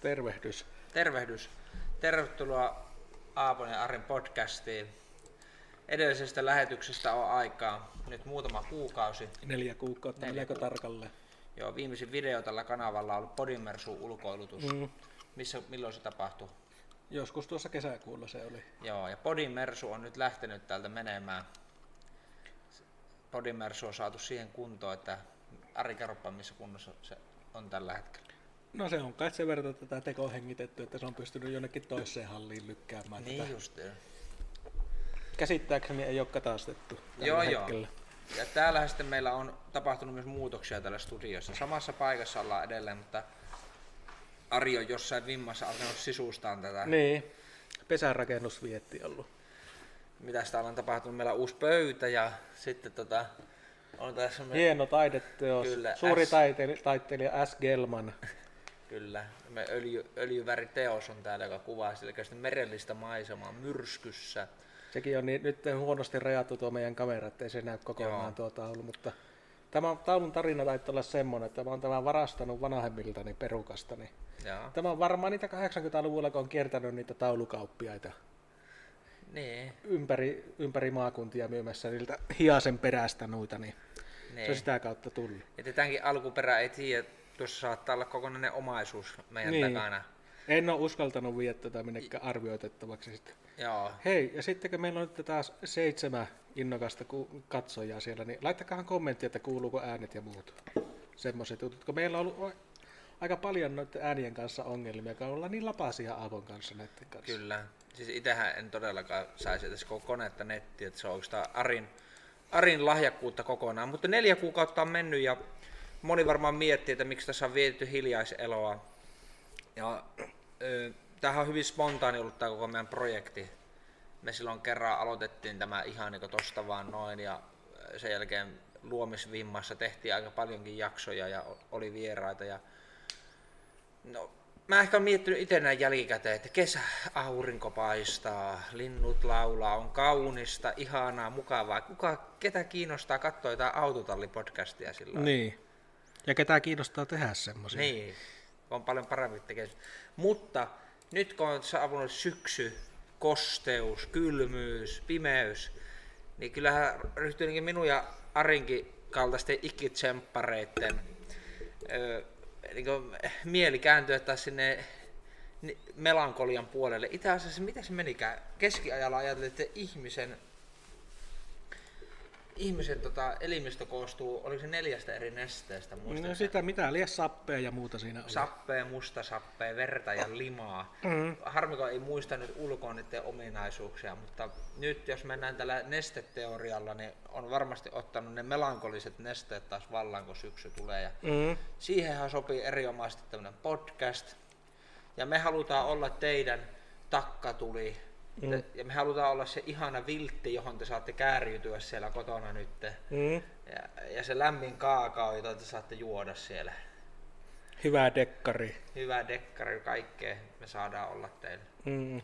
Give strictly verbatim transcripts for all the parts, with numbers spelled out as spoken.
Tervehdys. Tervehdys. Tervetuloa Aapon ja Arin podcastiin. Edellisestä lähetyksestä on aikaa nyt muutama kuukausi. Neljä kuukautta, neljäkö tarkalleen? Joo, viimeisin video tällä kanavalla on ollut Podimersun ulkoilutus. Mm. Missä, milloin se tapahtui? Joskus tuossa kesäkuulla se oli. Joo, ja Podimersu on nyt lähtenyt täältä menemään. Podimersu on saatu siihen kuntoon, että Ari, kerropa missä kunnossa se on tällä hetkellä. No se on kai sen verran tätä tekohengitetty, että se on pystynyt jonnekin toiseen halliin lykkäämään. Niin tätä. just. Käsittääkseni ei ole katastettu tällä joo, hetkellä. Joo. Ja täällähän sitten meillä on tapahtunut myös muutoksia tällä studiossa. Samassa paikassa ollaan edelleen, mutta Ari on jossain vimmassa alkanut sisustaan tätä. Niin, pesärakennusvietti ollut. Mitäs täällä on tapahtunut? Meillä on uusi pöytä ja sitten tota, on tässä me... hieno taideteos. Kyllä, Suuri S... taiteilija, taiteilija S. Gelman. Kyllä, me öljy, öljyväriteos on täällä, joka kuvaa selkeästi merellistä maisemaa myrskyssä. Sekin on niin, nyt huonosti rajattu tuo meidän kamera, ettei se näy kokonaan Joo. tuo taulu, mutta tämä taulun tarina taitaa olla semmoinen, että mä oon tämän varastanut vanhemmiltani perukastani. Joo. Tämä on varmaan niitä kahdeksankymmentäluvulla, kun on kiertänyt niitä taulukauppiaita niin. ympäri, ympäri maakuntia myymässä niiltä hiasen perästä noita, niin, niin. se on sitä kautta tullut. Ja tämänkin alkuperä ei tiedä, tuossa saattaa olla kokonainen omaisuus meidän niin. takana. En ole uskaltanut viedä tätä minnekään arvioitettavaksi sitten. Joo. Hei, ja sitten kun meillä on nyt taas seitsemän innokasta katsojaa siellä, niin laittakaa kommenttia, että kuuluuko äänet ja muut. Semmoiset jutut, kun meillä on ollut aika paljon noiden äänien kanssa ongelmia, kun ollaan niin lapaisia Aavon kanssa näiden kanssa. Kyllä. Siis itsehän en todellakaan saisi edes koko konetta nettiä, että se on oikeastaan Arin, Arin lahjakkuutta kokonaan. Mutta neljä kuukautta on mennyt ja moni varmaan miettii, että miksi tässä on vietetty hiljaiseloa. Ja ö, tämähän on hyvin spontaani ollut tämä koko meidän projekti. Me silloin kerran aloitettiin tämä ihan niin kuin tosta vaan noin ja sen jälkeen luomisvimmassa tehtiin aika paljonkin jaksoja ja oli vieraita. Ja no, mä ehkä olen miettinyt itse näin jälkikäteen, että kesä, aurinko paistaa, linnut laulaa, on kaunista, ihanaa, mukavaa. Kuka, ketä kiinnostaa katsoa jotain autotallipodcastia silloin? Niin. Ja ketä kiinnostaa tehdä semmoisia. Niin, on paljon paremmin tekemistä. Mutta nyt kun on saapunut syksy, kosteus, kylmyys, pimeys, niin kyllähän ryhtyy minun ja Arinkin kaltaisten ikitsemppareitten öö, niin mieli kääntyä taas sinne melankolian puolelle. Itse asiassa, miten se menikään? Keskiajalla ajateltiin, että ihmisen, ihmisen tota, elimistö koostuu, oliko se neljästä eri nesteestä? No sitä mitä, liian sappea ja muuta siinä oli. Sappea, musta sappea, verta ja limaa. Mm-hmm. Harmiko ei muista nyt ulkoa niiden ominaisuuksia, mutta nyt jos mennään tällä nesteteorialla, niin on varmasti ottanut ne melankoliset nesteet taas vallan, kun syksy tulee. Ja mm-hmm. siihenhän sopii erinomaisesti tämmöinen podcast. Ja me halutaan olla teidän takkatuli. Mm. Ja me halutaan olla se ihana viltti, johon te saatte kääriytyä siellä kotona nyt. Mm. Ja, ja se lämmin kaakao, jota te saatte juoda siellä. Hyvä dekkari. Hyvä dekkari, kaikkea me saadaan olla teille. Mm.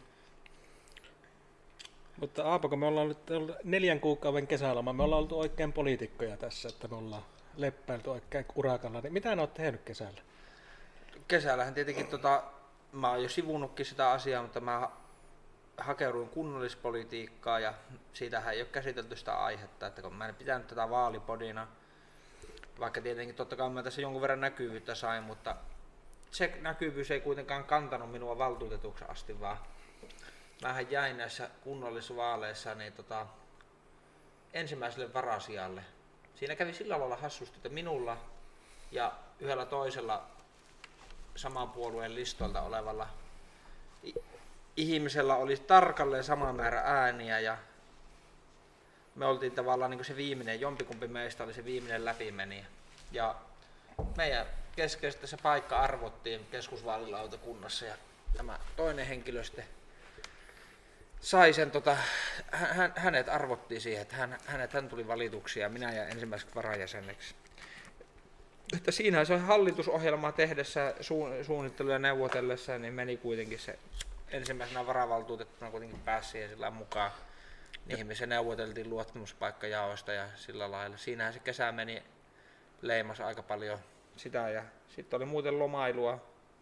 Mutta Aapo, kun me ollaan nyt neljän kuukauden kesäloma, me ollaan oltu oikein poliitikkoja tässä, että me ollaan leppäilty oikein urakalla. Niin mitä ne oot tehnyt kesällä? Kesällähän tietenkin, tota, mä oon jo sivunnutkin sitä asiaa, mutta mä hakeuduin kunnallispolitiikkaan ja siitähän ei ole käsitelty sitä aihetta, että kun mä en pitänyt tätä vaalipodina, vaikka tietenkin totta kai mä tässä jonkun verran näkyvyyttä sain, mutta se näkyvyys ei kuitenkaan kantanut minua valtuutetuksi asti, vaan mähän jäin näissä kunnallisvaaleissa niin tota, ensimmäiselle varasijalle. Siinä kävi sillä lailla hassusti, että minulla ja yhdellä toisella saman puolueen listoilta olevalla ihmisellä oli tarkalleen sama määrä ääniä ja me oltiin tavallaan niin kuin se viimeinen, jompikumpi meistä oli se viimeinen läpimeni. Ja meidän keskeisesti se paikka arvottiin keskusvaalilautakunnassa ja tämä toinen henkilö sitten sai sen, tota, hän, hänet arvottiin siihen, että hän, hänet, hän tuli valituksi ja minä jäin ensimmäiseksi varajäseneksi. Että siinä se hallitusohjelmaa tehdessä, suunnittelu ja neuvotellessa, niin meni kuitenkin se ensimmäisenä varavaltuutettuna kuitenkin pääsi siihen sillä mukaan. Niihin me se neuvoteltiin luottamuspaikkajaoista ja sillä lailla. Siinähän se kesä meni leimas aika paljon sitä ja sitten oli muuten lomailua.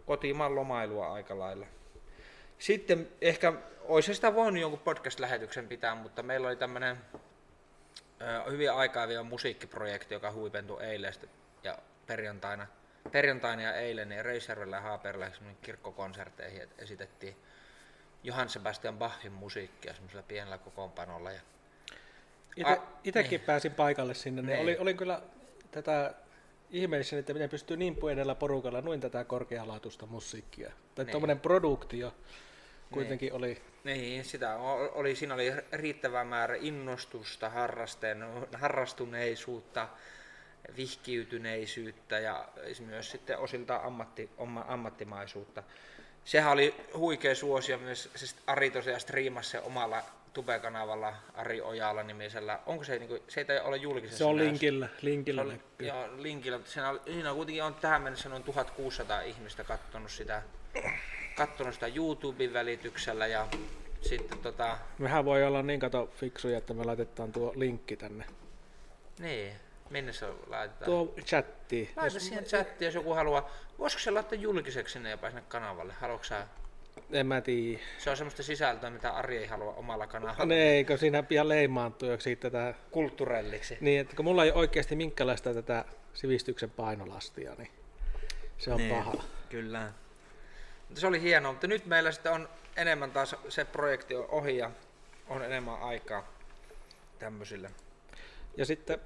kotimaan lomailua aika lailla. Sitten ehkä olisi sitä voinut jonkun podcast-lähetyksen pitää, mutta meillä oli tämmöinen hyvin aikaa vielä musiikkiprojekti, joka huipentui eilen ja perjantaina. Perjantaina ja eilen niin Reisjärvellä ja Haaperilla kirkkokonserteihin että esitettiin Johann Sebastian Bachin musiikkia semmoisella pienellä kokoonpanolla. Ja Itsekin niin. Pääsin paikalle sinne, niin oli, olin kyllä tätä ihmeellisenä, että miten pystyy niin pienellä porukalla noin tätä korkealaatuista musiikkia. Tai niin. Tuommoinen produktio kuitenkin niin. oli. Niin, sitä oli, siinä oli riittävä määrä innostusta, harrastuneisuutta, vihkiytyneisyyttä ja myös sitten osilta ammatti, ammattimaisuutta. Sehän oli huikea suosio myös, siis Ari tosiaan striimasi se omalla Tube-kanavalla Ari Ojala nimisellä. Onko se, niin kuin, se ei ole julkisessa? Se on linkillä. linkillä on, joo, linkillä. Siinä on, siinä on kuitenkin on tähän mennessä noin tuhatkuusisataa ihmistä katsonut sitä, katsonut sitä YouTuben välityksellä. Ja sitten, tota... Mehän voi olla niin kato fiksuja, että me laitetaan tuo linkki tänne. Niin. Minne se laitetaan? Tuo chattiin. Laita siihen chattiin, jos joku haluaa. Voisiko se laittaa julkiseksi sinne jopa sinne kanavalle? Haluatko sä? En mä tiedä. Se on semmoista sisältöä, mitä Ari ei halua omalla kanavalla. Ne, eikö siinä pian leimaantuu siitä tätä... Kulttuurelliksi. Niin, että kun mulla ei oikeasti minkälaista tätä sivistyksen painolastia, niin se on niin, paha. Kyllä. Mutta se oli hienoa, mutta nyt meillä sitten on enemmän taas, se projekti on ohi ja on enemmän aikaa tämmöisille. Ja sitten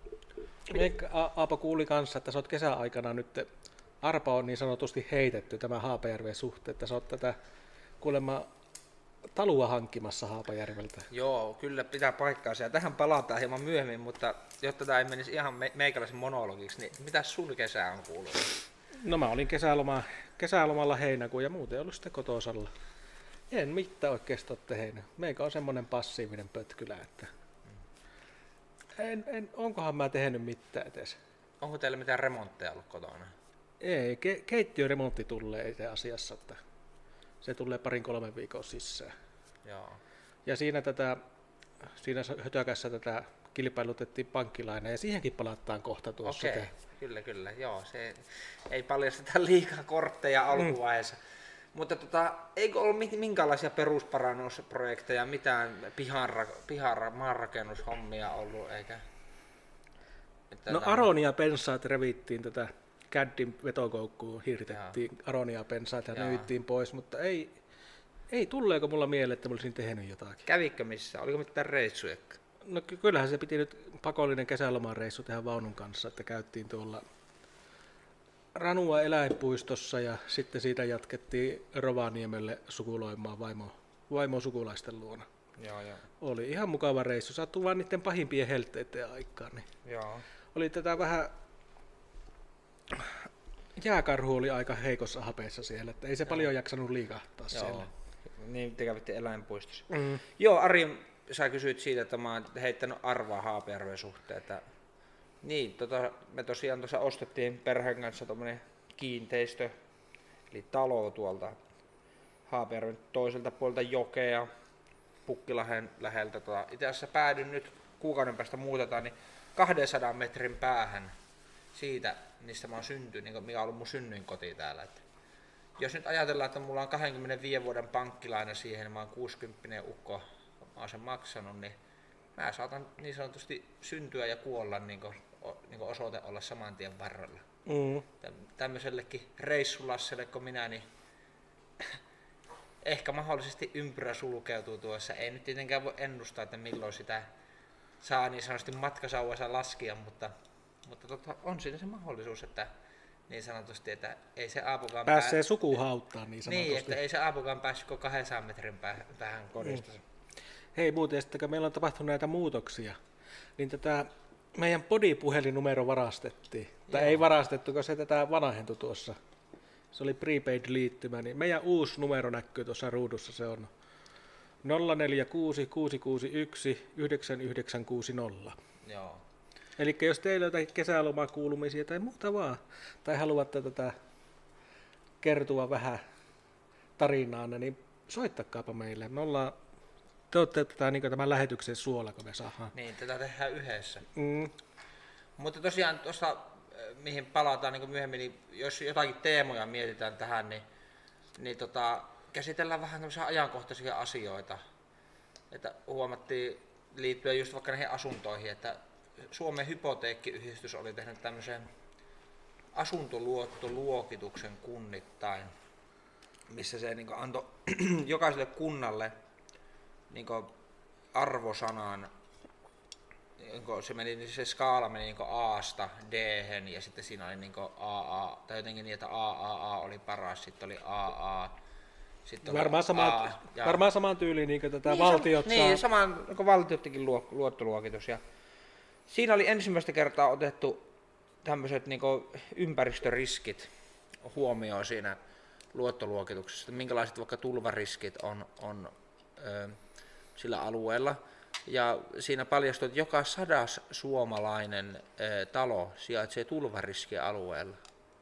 Aapo kuuli kanssa, että sä oot kesäaikana nyt, arpa on niin sanotusti heitetty tämä Haapajärven suhteen, että sä oot tätä kuulemma talua hankkimassa Haapajärveltä. Joo, kyllä pitää paikkaansa ja tähän palataan hieman myöhemmin, mutta jotta tämä ei menisi ihan me- meikäläisen monologiksi, niin mitä sun kesä on kuullut? No mä olin kesäloma, kesälomalla heinäkuun ja muuten ollut sitten kotosalla. En mitään oikeastaan ole tehnyt. Meikä on semmoinen passiivinen pötkylä, että En, en, onkohan mä tehnyt mitään edes. Onko teillä mitään remontteja ollut kotona? Ei, ke, keittiöremontti tulee itse asiassa, että se tulee parin kolmen viikon sisään. Joo. Ja siinä, tätä, siinä hötökässä tätä kilpailutettiin pankkilaina ja siihenkin palataan kohta tuossa. Okei, kyllä kyllä, joo, se ei paljasteta liikaa kortteja alkuvaiheessa. Mm. Mutta tota, eikö ollut minkälaisia perusparannusprojekteja, mitään pihanra, pihanra, maanrakennushommia ollut, eikä? Että no tämän... aronia-pensaat revittiin tätä käddin vetokoukkuun, hirtettiin aronia-pensaat ja nöyttiin pois, mutta ei, ei tulleeko mulla mieleen, että mä olisin tehnyt jotakin. Kävikö missä? Oliko mitään reissuja? No kyllähän se piti nyt pakollinen kesälomareissu tehdä vaunun kanssa, että käyttiin tuolla Ranua eläinpuistossa ja sitten siitä jatkettiin Rovaniemelle sukuloimaan vaimo, vaimo sukulaisten luona. Joo, joo. Oli ihan mukava reissu, sattui vaan niiden pahimpien helteiden aikaan. Niin joo. Oli tätä vähän, jääkarhu oli aika heikossa hapeessa siellä, että ei se joo. paljon jaksanut liikahtaa joo. siellä. Niin te kävitte eläinpuistossa. Mm. Joo, Ari, sä kysyit siitä, että mä oon heittänyt arvaa Haapajärven suhteen, että niin, tota, me tosiaan tuossa ostettiin perheen kanssa tuommoinen kiinteistö, eli talo tuolta Haapajärven toiselta puolelta jokea, Pukkilahen läheltä. Tota, itse asiassa päädyin nyt kuukauden päästä muutetaan, niin kahdensadan metrin päähän siitä, mistä mä oon syntynyt, niin mikä on ollut mun synnyinkoti täällä. Et jos nyt ajatellaan, että mulla on kaksikymmentäviisi vuoden pankkilaina siihen, niin mä oon kuusikymmentä ukko, mä oon sen maksanut, niin mä saatan niin sanotusti syntyä ja kuolla niin kuin, niin kuin osoite olla saman tien varrella. Mm. Tämmöisellekin reissulasselle kuin minä, niin ehkä mahdollisesti ympyrä sulkeutuu tuossa. Ei nyt tietenkään voi ennustaa, että milloin sitä saa niin sanotusti matkasauvansa laskea, mutta, mutta tota, on siinä se mahdollisuus, että niin sanotusti, että ei se Aapokaan pääsee pää... sukuhauttaan niin sanotusti. Niin, että ei se Aapokaan päässyt kuin kahdensadan metrin päähän, päähän kodista. Mm. Hei muuten, sitten kun meillä on tapahtunut näitä muutoksia, niin tätä meidän podipuhelinumero varastettiin. Tai ei varastettu, kun se tätä vanhentui tuossa. Se oli prepaid-liittymä, niin meidän uusi numero näkyy tuossa ruudussa, se on nolla neljä kuusi kuusi kuusi yksi yhdeksän yhdeksän kuusi nolla. Joo. Eli jos teillä on jotakin kesälomakuulumisia tai muuta vaan, tai haluatte tätä kertoa vähän tarinaanne, niin soittakaapa meille. Me ollaan Te olette tätä, niin tämän lähetyksen suola, kun me saadaan. Niin, tätä tehdään yhdessä. Mm. Mutta tosiaan tuossa mihin palataan niin myöhemmin, niin jos jotakin teemoja mietitään tähän, niin, niin tota, käsitellään vähän tämmöisiä ajankohtaisia asioita. Että huomattiin liittyen just vaikka näihin asuntoihin, että Suomen hypoteekkiyhdistys oli tehnyt tämmöisen asuntoluottoluokituksen kunnittain, missä se niin antoi jokaiselle kunnalle niin arvosanan, niin se, meni, se skaala meni niin A-sta D-hen ja sitten siinä oli niin A A, tai jotenkin niin, että A A A oli paras, sitten oli A A, sitten varmaan, oli sama, A, ja... varmaan samaan tyyliin niin kuin tätä niin, valtiot sam- saa. Niin, samaan niin valtiottikin luottoluokitus. Ja siinä oli ensimmäistä kertaa otettu tämmöiset niin ympäristöriskit huomioon siinä luottoluokituksessa, että minkälaiset vaikka tulvariskit on, on ö, sillä alueella. Ja siinä paljastui, että joka sadas suomalainen ö, talo sijaitsee tulvariskialueella.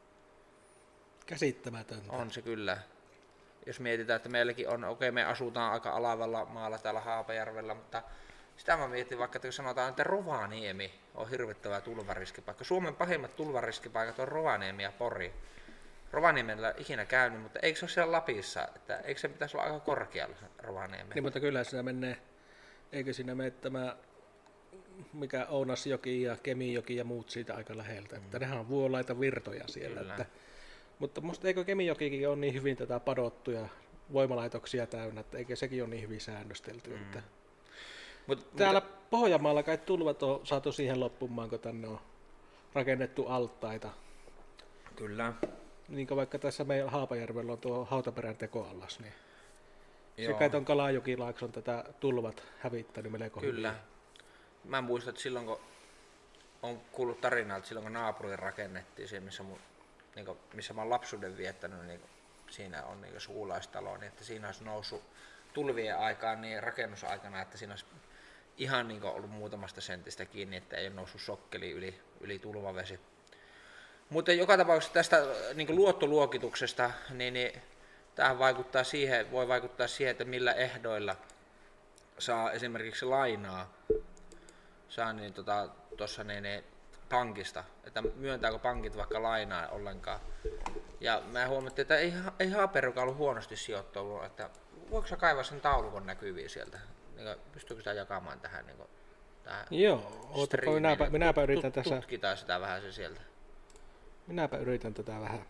Käsittämätöntä. On se kyllä. Jos mietitään, että meilläkin on, okei okay, me asutaan aika alavalla maalla täällä Haapajärvellä, mutta sitä mä mietin vaikka, että sanotaan, että Rovaniemi on hirvittävä tulvariskipaikka. Suomen pahimmat tulvariskipaikat on Rovaniemi ja Pori. Rovaniemellä ikinä käynyt, mutta eikö se ole siellä Lapissa, että eikö se pitäisi olla aika korkealla Rovaniemi? Niin, mutta kyllä siinä menee, eikö siinä mene tämä, mikä Ounasjoki ja Kemijoki ja muut siitä aika läheltä, mm. että nehän on vuolaita virtoja siellä. Että, mutta musta eikö Kemijokikin ole niin hyvin tätä padottu ja voimalaitoksia täynnä, että eikö sekin ole niin hyvin säännöstelty. Mm. Että Mut, täällä mutta... Pohjanmaalla kai tulvat on saatu siihen loppumaan, kun tänne on rakennettu altaita. Kyllä. Niin kuin vaikka tässä meidän Haapajärvellä on tuo Hautaperän tekoallas, niin Joo. se kai on Kalajokilaakson tätä tulvat hävittänyt melko Kyllä. hyvin. Mä muistan, että silloin kun on kuullut tarinaa, että silloin kun naapuri rakennettiin siihen, missä, mun, niin kuin, missä mä oon lapsuuden viettänyt, niin siinä on niin suulaistalo, niin että siinä olisi noussut tulvien aikaan niin rakennusaikana, että siinä olisi ihan niin ollut muutamasta sentistä kiinni, että ei ole noussut sokkeli yli, yli tulvavesi. Mutta joka tapauksessa tästä niin luottoluokituksesta, niin, niin tämähän vaikuttaa siihen, voi vaikuttaa siihen, että millä ehdoilla saa esimerkiksi lainaa saa niin tuossa tota, niin, niin, pankista, että myöntääkö pankit vaikka lainaa ollenkaan. Ja mä huomattiin, että ei, ei Haaperukaan ollut huonosti sijoittunut, että voiko sä kaivaa sen taulukon näkyviin sieltä? Niin, pystyykö sitä jakamaan tähän? Niin, tähän Joo, ootapa, minäpä, minäpä yritän tut, tässä. Tutkitaan sitä vähän se sieltä. Minäpä yritän tätä vähän.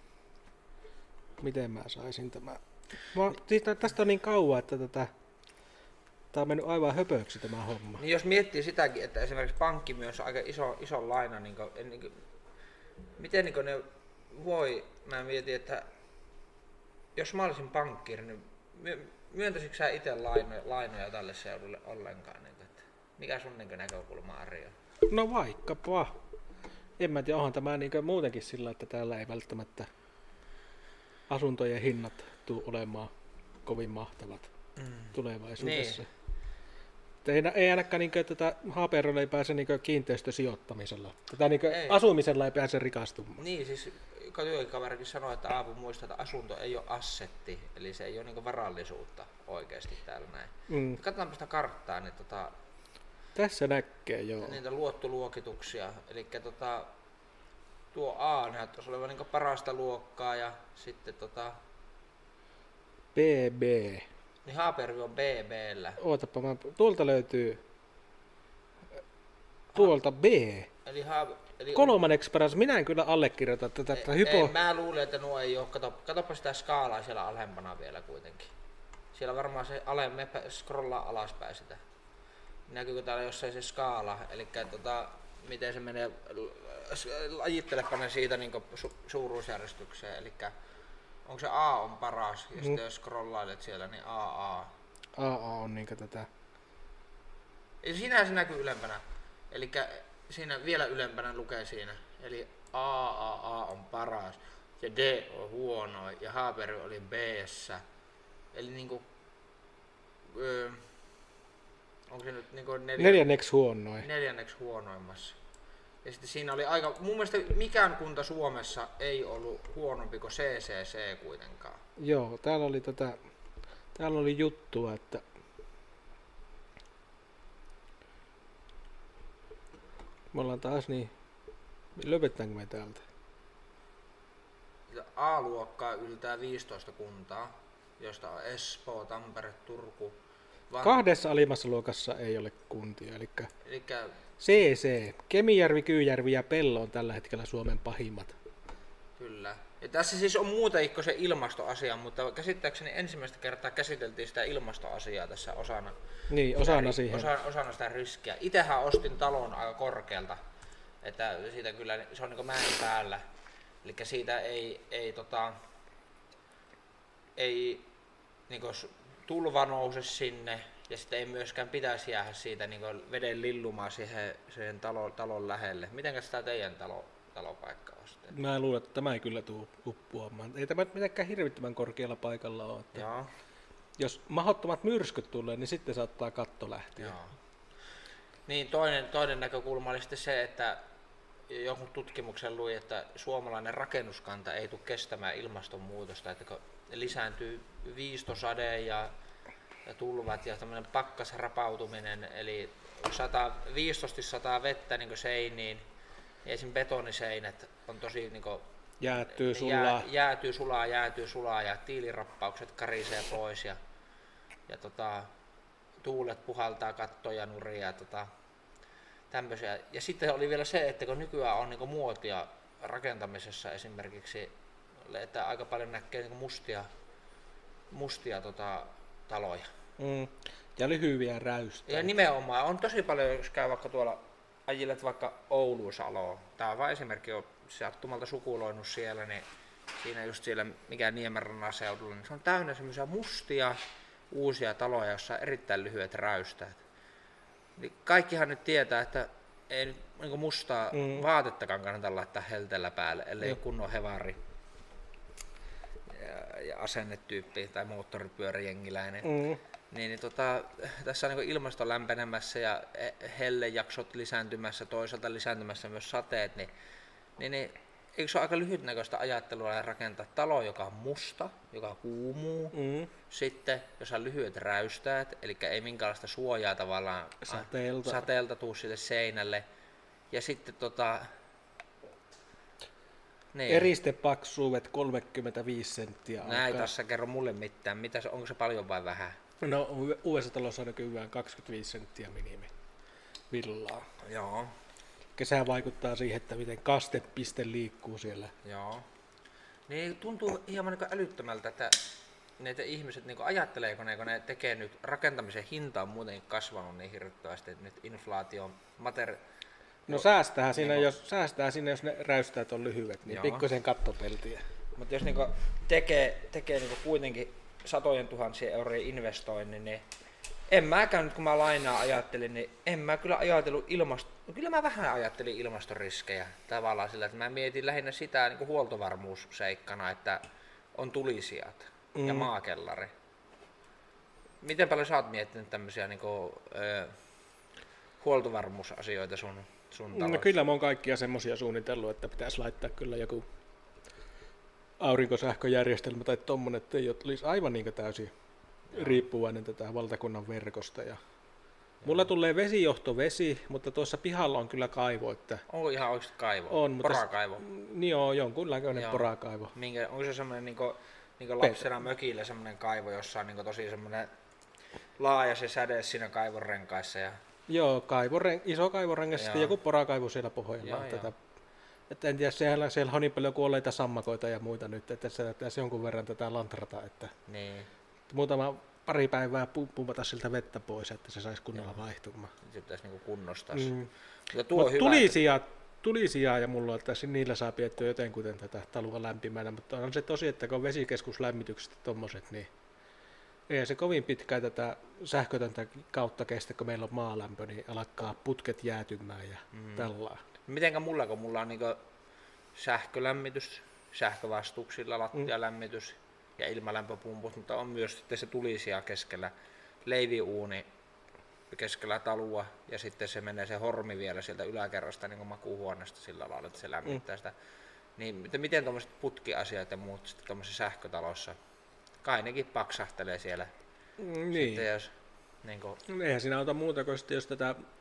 Miten mä saisin tämä? Mä, siis tästä on niin kauan, että tätä, tää on mennyt aivan höpöksi tämä homma. Niin jos miettii sitäkin, että esimerkiksi pankki myös on aika iso, iso laina, niin kuin, niin kuin, miten niin kuin ne voi, mä mietin, että jos mä olisin pankkiiri, niin myöntäisikö sä itse lainoja, lainoja tälle seudulle ollenkaan? Niin, että mikä sun niin näkökulma, Ari on? No vaikkapa. En mä tiedä, onhan tämä niin muutenkin sillä, että täällä ei välttämättä asuntojen hinnat tule olemaan kovin mahtavat mm. tulevaisuudessa. Niin. Ei, ei ainakaan niin kuin, tätä Haaperolle ei pääse niin kiinteistösijoittamisella. Tätä niin ei. Asumisella ei pääse rikastumaan. Niin, siis työkaverikin sanoi, että Aapu muistaa, että asunto ei ole assetti, eli se ei ole niin varallisuutta oikeasti täällä näin. Mm. Katsotaanpa sitä karttaa, niin tota, tässä näkee, joo. Niitä luottoluokituksia, eli tota, tuo A näyttäisi olevan niin parasta luokkaa ja sitten tota... B B. Niin Haapervi on B B:llä. Ootapa, mä, tuolta löytyy... Tuolta B. Eli, ha, eli kolmanneksi paras. Minä en kyllä allekirjoita tätä. Ei, hypo... ei, mä luulen, että nuo ei ole. Kato, katsopa sitä skaalaa siellä alempana vielä kuitenkin. Siellä varmaan se alemme scrollaa alaspäin sitä. Näkyykö täällä jossain se skaala, eli tota, miten se menee, lajittelepa ne siitä niin su- suuruusjärjestykseen, eli onko se A on paras, ja mm. sitten jos scrollailet siellä, niin A A. A A on niinkö tätä. Ja siinähän se näkyy ylempänä, eli siinä vielä ylempänä lukee siinä, eli A A A on paras, ja D on huono, ja Haapery oli B:ssä, eli niinku... Öö, onko se nyt niinku neljä, neljänneksi huonoin. Neljänneksi huonoimmassa. Ja sitten siinä oli aika, mun mielestä mikään kunta Suomessa ei ollut huonompi kuin C C C kuitenkaan. Joo, täällä oli tätä, täällä oli juttua, että me ollaan taas niin, löydetäänkö me täältä? A-luokkaa yltää viisitoista kuntaa, joista on Espoo, Tampere, Turku. Van... Kahdessa alimmassa luokassa ei ole kuntia, eli Elikkä... C C, Kemijärvi, Kyyjärvi ja Pello on tällä hetkellä Suomen pahimmat. Kyllä. Ja tässä siis on muutenkin se ilmastoasia, mutta käsittääkseni ensimmäistä kertaa käsiteltiin sitä ilmastoasiaa tässä osana. Niin, osana siihen. Osana, osana sitä riskiä. Itsehän ostin talon aika korkealta, että siitä kyllä, se on niin kuin mäen päällä. Eli siitä ei, ei, tota, ei niin kuin tulva nouse sinne ja sitten ei myöskään pitäisi jäädä siitä niin kuin veden lillumaan siihen, siihen talon, talon lähelle. Mitenkäs tämä teidän talo, talopaikka on sitten? Mä luulen, että tämä ei kyllä tule uppoamaan. Ei tämä mitenkään hirvittävän korkealla paikalla ole. Että Joo. Jos mahdottomat myrskyt tulee, niin sitten saattaa katto lähteä. Joo. Niin toinen, toinen näkökulma oli sitten se, että jonkun tutkimuksen luin, että suomalainen rakennuskanta ei tule kestämään ilmastonmuutosta, että kun lisääntyy viistosade ja, ja tulvat ja tämmöinen pakkasrapautuminen, eli sataa, viistosti sataa vettä niin seiniin, ja esimerkiksi betoniseinät on tosi niin kuin, jäätyy sulaa. Jää, jäätyy sulaa, jäätyy sulaa ja tiilirappaukset karisee pois ja, ja tota, tuulet puhaltaa kattoja, nuria ja tota, tämmöisiä. Ja sitten oli vielä se, että kun nykyään on niin muotia rakentamisessa esimerkiksi, että aika paljon näkee niin mustia, mustia tota, taloja. Mm. Ja lyhyviä räystä. Ja nimenomaan on tosi paljon, jos käy vaikka tuolla ajilet vaikka Ouluun-Saloon. Tämä on vain esimerkki, on sattumalta sukuloinut siellä, niin siinä just siellä mikä Niemenrannan seudulla, niin se on täynnä semmoisia mustia uusia taloja, joissa on erittäin lyhyet räystäät. Niin kaikkihan nyt tietää, että ei nyt niin mustaa mm. vaatettakaan kannata laittaa helteellä päälle, ellei mm. ole kunnon hevari ja, ja asennetyyppi tai moottoripyöräjengiläinen. Mm. Niin, niin tota, tässä on niin ilmasto lämpenemässä ja hellejaksot lisääntymässä, toisaalta lisääntymässä myös sateet, niin, niin, niin eikö se ole aika lyhytnäköistä ajattelua rakentaa talo, joka on musta, joka kuumuu, mm. sitten jos on lyhyet räystäät, eli ei minkäänlaista suojaa tavallaan sateelta, sateelta tuu sille seinälle, ja sitten tota... Niin. Eristepaksuudet kolmekymmentäviisi senttiä. Näin tässä kerro mulle mitään, mitä se, onko se paljon vai vähän? No uudessa talossa on nykyään kaksikymmentäviisi senttiä minimi villaa. Joo. Kesä vaikuttaa siihen, että miten kastepiste liikkuu siellä. Joo. Niin tuntuu hieman niin älyttömältä, että näitä ihmiset niin ajattelee, kun ne, kun ne tekee nyt, rakentamisen hinta on muutenkin kasvanut niin hirvittävästi, että nyt inflaatio materi... No säästää siinä, niin jos, säästää siinä, jos ne räystäät on lyhyet, niin pikkuisen kattopeltiä. Mutta jos niin tekee, tekee niin kuitenkin satojen tuhansien eurojen investoinnin, niin en mäkään nyt kun mä lainaa ajattelin, niin en mä kyllä ajatellut ilmasto... No kyllä mä vähän ajattelin ilmastoriskejä tavallaan sillä, että mä mietin lähinnä sitä niin huoltovarmuusseikkana, että on tulisijat mm. ja maakellari. Miten paljon sä oot miettinyt tämmöisiä niin kuin, ö, huoltovarmuusasioita sun, sun talossa? No kyllä mä oon kaikkia semmosia suunnitellut, että pitäisi laittaa kyllä joku aurinkosähköjärjestelmä tai tommonen, että ei olisi aivan niin täysin Joo. riippuvainen tätä valtakunnan verkosta. Ja mulla tulee vesijohtovesi, mutta tuossa pihalla on kyllä kaivo. Että onko ihan oikeasti kaivo? On, mutta porakaivo? Niin joo, jonkunlainen Joo. porakaivo. Minkä, onko se semmoinen niinku, niinku lapsena mökillä semmoinen kaivo, jossa on niinku tosi semmoinen laaja se säde siinä kaivon renkaissa? Ja... Joo, kaivoren, iso kaivorengas ja sitten joku porakaivo siellä pohjalla. Joo, tätä, että en tiedä, siellä, siellä on niin paljon kuolleita sammakoita ja muita nyt, että se täytyisi jonkun verran tätä lantrata. Että niin. Muutama pari päivää pumpata siltä vettä pois, että se saisi kunnolla vaihtumaan. Se pitäisi niinku kunnostaa. Mm. Tuo tulisia, että... tulisia ja mulla on, että niillä saa piettyä jotenkuten tätä taloa lämpimänä, mutta on se tosi, että kun on vesikeskuslämmitykset tommoset, niin ei se kovin pitkään tätä sähkötöntä kautta kestä, kun meillä on maalämpö, niin alkaa putket jäätymään ja mm. tällaa. Mitenkä mulla, kun mulla on niinku sähkölämmitys, sähkövastuuksilla lattialämmitys ja ilmalämpöpumput, mutta on myös sitten se tulisia keskellä leiviuuni keskellä talua ja sitten se menee se hormi vielä sieltä yläkerrasta niin kuin makuuhuoneesta sillä lailla, että se lämmittää mm. sitä. Niin miten tuommoiset putkiasiat ja muut sitten tuommoisessa sähkötalossa? Kai nekin paksahtelee siellä. Mm, niin. Sitten jos, niin kuin... Eihän siinä auta muuta kuin sitten, jos tätä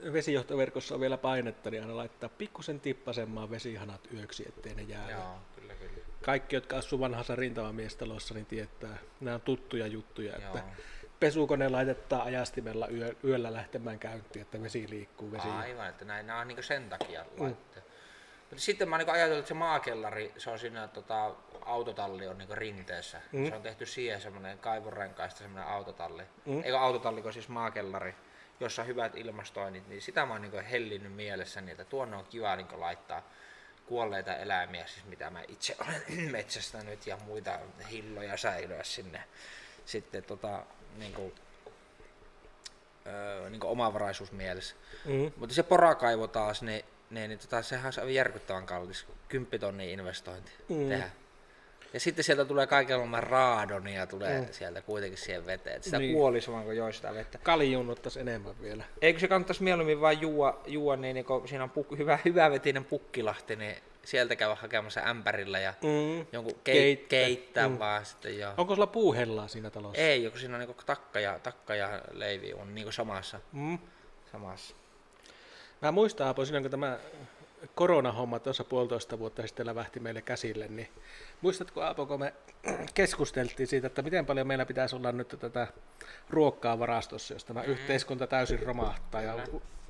vesijohtoverkossa on vielä painetta, niin aina laittaa pikkusen tippasemmaan vesihanat yöksi, ettei ne jää. Joo, kyllä, kyllä. Kaikki, jotka asuu vanhassa rintamamiestalossa, niin tietää, nämä on tuttuja juttuja, Joo. että pesukone laitetaan ajastimella yö, yöllä lähtemään käyntiin, että vesi liikkuu. Vesi. Aivan, että näin, nämä on niin sen takia mm. laitteet. Mutta sitten mä oon niin ajatellut, että se maakellari, se on siinä tota, autotalli on niin rinteessä. Mm. Se on tehty siihen semmoinen kaivonrenkaista semmoinen autotalli. Mm. Eikö autotalli, siis maakellari, jossa on hyvät ilmastoinnit, niin sitä mä oon niin hellinnyt mielessäni, että tuonne on kiva niin laittaa kuolleita eläimiä, siis mitä mä itse olen metsästänyt ja muita hilloja säilyä sinne. Sitten tota, niin kuin, öö, niin kuin omavaraisuusmielessä. Mm. Mutta se porakaivo taas, niin, niin, niin tota, sehän on järkyttävän kallis, kymppitonnin investointi mm. tehdä. Ja sitten sieltä tulee kaikenlaista raadonia tulee mm. sieltä kuitenkin siihen veteen. Et sitä niin. Kuolisi vaan kun joisi sitä vettä. Kaljun ottaisi enemmän vielä. Eikö se kannattaisi mieluummin vain juua, juua niin, niin kun siinä on puk, hyvä, hyvävetinen pukkilahti, niin sieltä käydä hakemassa ämpärillä ja mm. jonkun keit, Keittä. keittää mm. vaan sitten jo. Onko sulla puuhellaa siinä talossa? Ei, joku siinä on niin takka ja, takka ja leivi on niin samassa. Mm. samassa. Mä muistan, Aapo, siinä kun tämä koronahomma tuossa puolitoista vuotta sitten lävähti meille käsille, niin muistatko, Aapo, kun me keskusteltiin siitä, että miten paljon meillä pitäisi olla nyt tätä ruokkaa varastossa, jos tämä mm. yhteiskunta täysin romahtaa. Ja...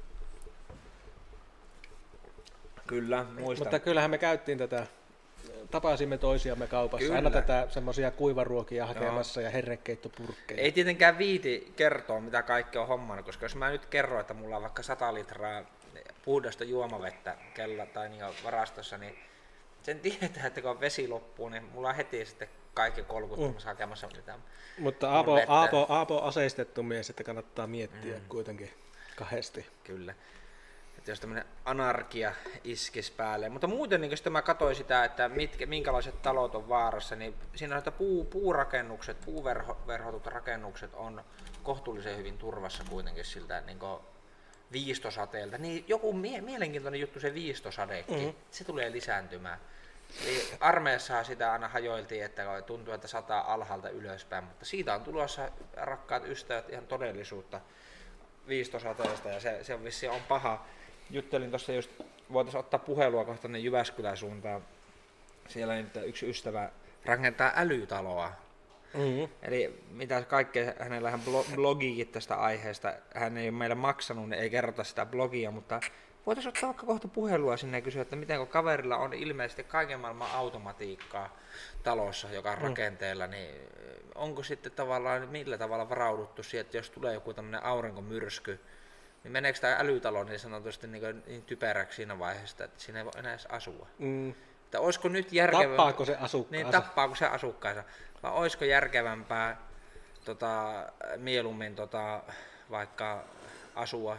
Kyllä, muistan. Mutta kyllähän me käyttiin tätä, tapasimme toisiamme kaupassa, Kyllä. aina tätä semmoisia kuivaruokia hakemassa Joo. ja herrekeittopurkkeja. Ei tietenkään viiti kertoa, mitä kaikki on hommannut, koska jos mä nyt kerron, että mulla on vaikka sata litraa puhdasta juomavettä kella tai niin varastossa, niin sen tietää, että kun vesi loppuu, niin mulla on heti sitten kaikki kolkuttamassa mm. hakemassa mitään. Mutta Aapo, Aapo, Aapo on aseistettu mies, että kannattaa miettiä mm. kuitenkin kahdesti. Kyllä. Että jos tämmöinen anarkia iskisi päälle. Mutta muuten, niin sitten mä katsoin sitä, että mitkä, minkälaiset talot on vaarassa, niin siinä on, että puu, puurakennukset, puuverhotut rakennukset on kohtuullisen hyvin turvassa kuitenkin siltä niin viistosateelta. Niin joku mie- mielenkiintoinen juttu se viistosadekin, mm-hmm. se tulee lisääntymään. Eli armeijassahan sitä aina hajoiltiin, että tuntuu, että sataa alhaalta ylöspäin, mutta siitä on tulossa, rakkaat ystävät, ihan todellisuutta viistosateesta ja se, se vissiin on paha. Juttelin tuossa just, voitaisiin ottaa puhelua kohta tänne Jyväskylän suuntaan. Siellä nyt yksi ystävä rakentaa älytaloa. Mm-hmm. Eli mitä kaikkea, hänellä hän blogiikin tästä aiheesta, hän ei ole meille maksanut, niin ei kerrota sitä blogia, mutta voitaisiin ottaa vaikka kohta puhelua sinne ja kysyä, että miten kun kaverilla on ilmeisesti kaiken maailman automatiikkaa talossa, joka on mm. rakenteella, niin onko sitten tavallaan, millä tavalla varauduttu siihen, että jos tulee joku tämmöinen aurinkomyrsky, niin meneekö tämä älytalo niin sanotusti niin, niin typeräksi siinä vaiheessa, että siinä ei voi enää edes asua? Mm. Että olisiko nyt järkevämpää, tappaako se asukkaansa? Niin, tappaako se asukkaansa? Vai olisiko järkevämpää tota, mieluummin tota, vaikka asua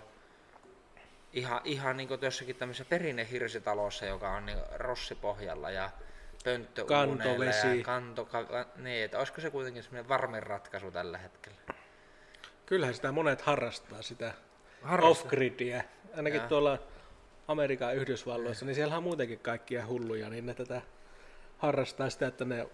ihan, ihan niin kuin jossakin tämmöisessä perinnehirsitalossa, joka on niin rossipohjalla ja pönttöuuneilla ja kanto, niin, että olisiko se kuitenkin semmoinen varmin ratkaisu tällä hetkellä? Kyllähän sitä monet harrastaa, sitä off-gridia. Ainakin ja. Tuolla Amerikan Yhdysvalloissa, niin siellä on muutenkin kaikkia hulluja, niin ne tätä harrastaa sitä, että ne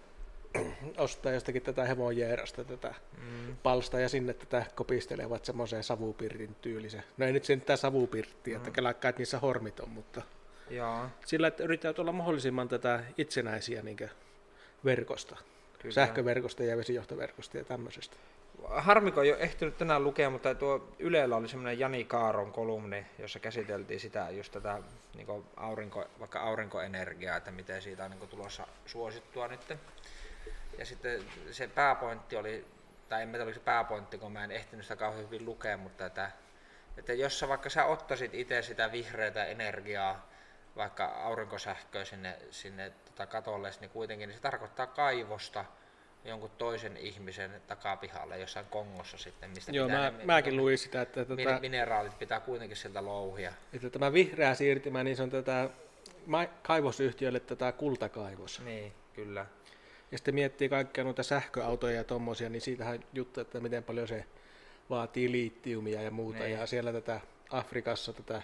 ostaa jostakin tätä hevonjeerasta tätä mm. palsta ja sinne tätä kopistelevat semmoiseen savupirtin tyylisen. No ei nyt sen tätä savupirttiä, mm. että kelakkaat niissä hormit on, mutta Jaa. sillä, että yritetään olla mahdollisimman tätä itsenäisiä niin verkosta, Kyllä. sähköverkosta ja vesijohtoverkosta ja tämmöisestä. Harmiko ei ole ehtinyt tänään lukea, mutta tuo Ylellä oli semmoinen Jani Kaaron kolumni, jossa käsiteltiin sitä, just tätä niin aurinko, vaikka aurinkoenergiaa, että miten siitä on niin tulossa suosittua nyt. Ja sitten se pääpointti oli, tai en tiedä oliko se pääpointti, kun mä en ehtinyt sitä kauhean hyvin lukea, mutta että, että jos sä vaikka sä ottaisit itse sitä vihreätä energiaa, vaikka aurinkosähköä sinne, sinne tota katolle, niin kuitenkin niin se tarkoittaa kaivosta jonkun toisen ihmisen takapihalle jossain Kongossa sitten, mistä Joo, mä, ne, mäkin luin sitä, että tätä, mineraalit pitää kuitenkin sieltä louhia. Että tämä vihreä siirtymä, niin se on tätä kaivosyhtiölle tätä kultakaivos. Niin, kyllä. Ja sitten miettii kaikkia noita sähköautoja ja tommosia, niin siitähän juttu, että miten paljon se vaatii liittiumia ja muuta. Niin. Ja siellä tätä Afrikassa tätä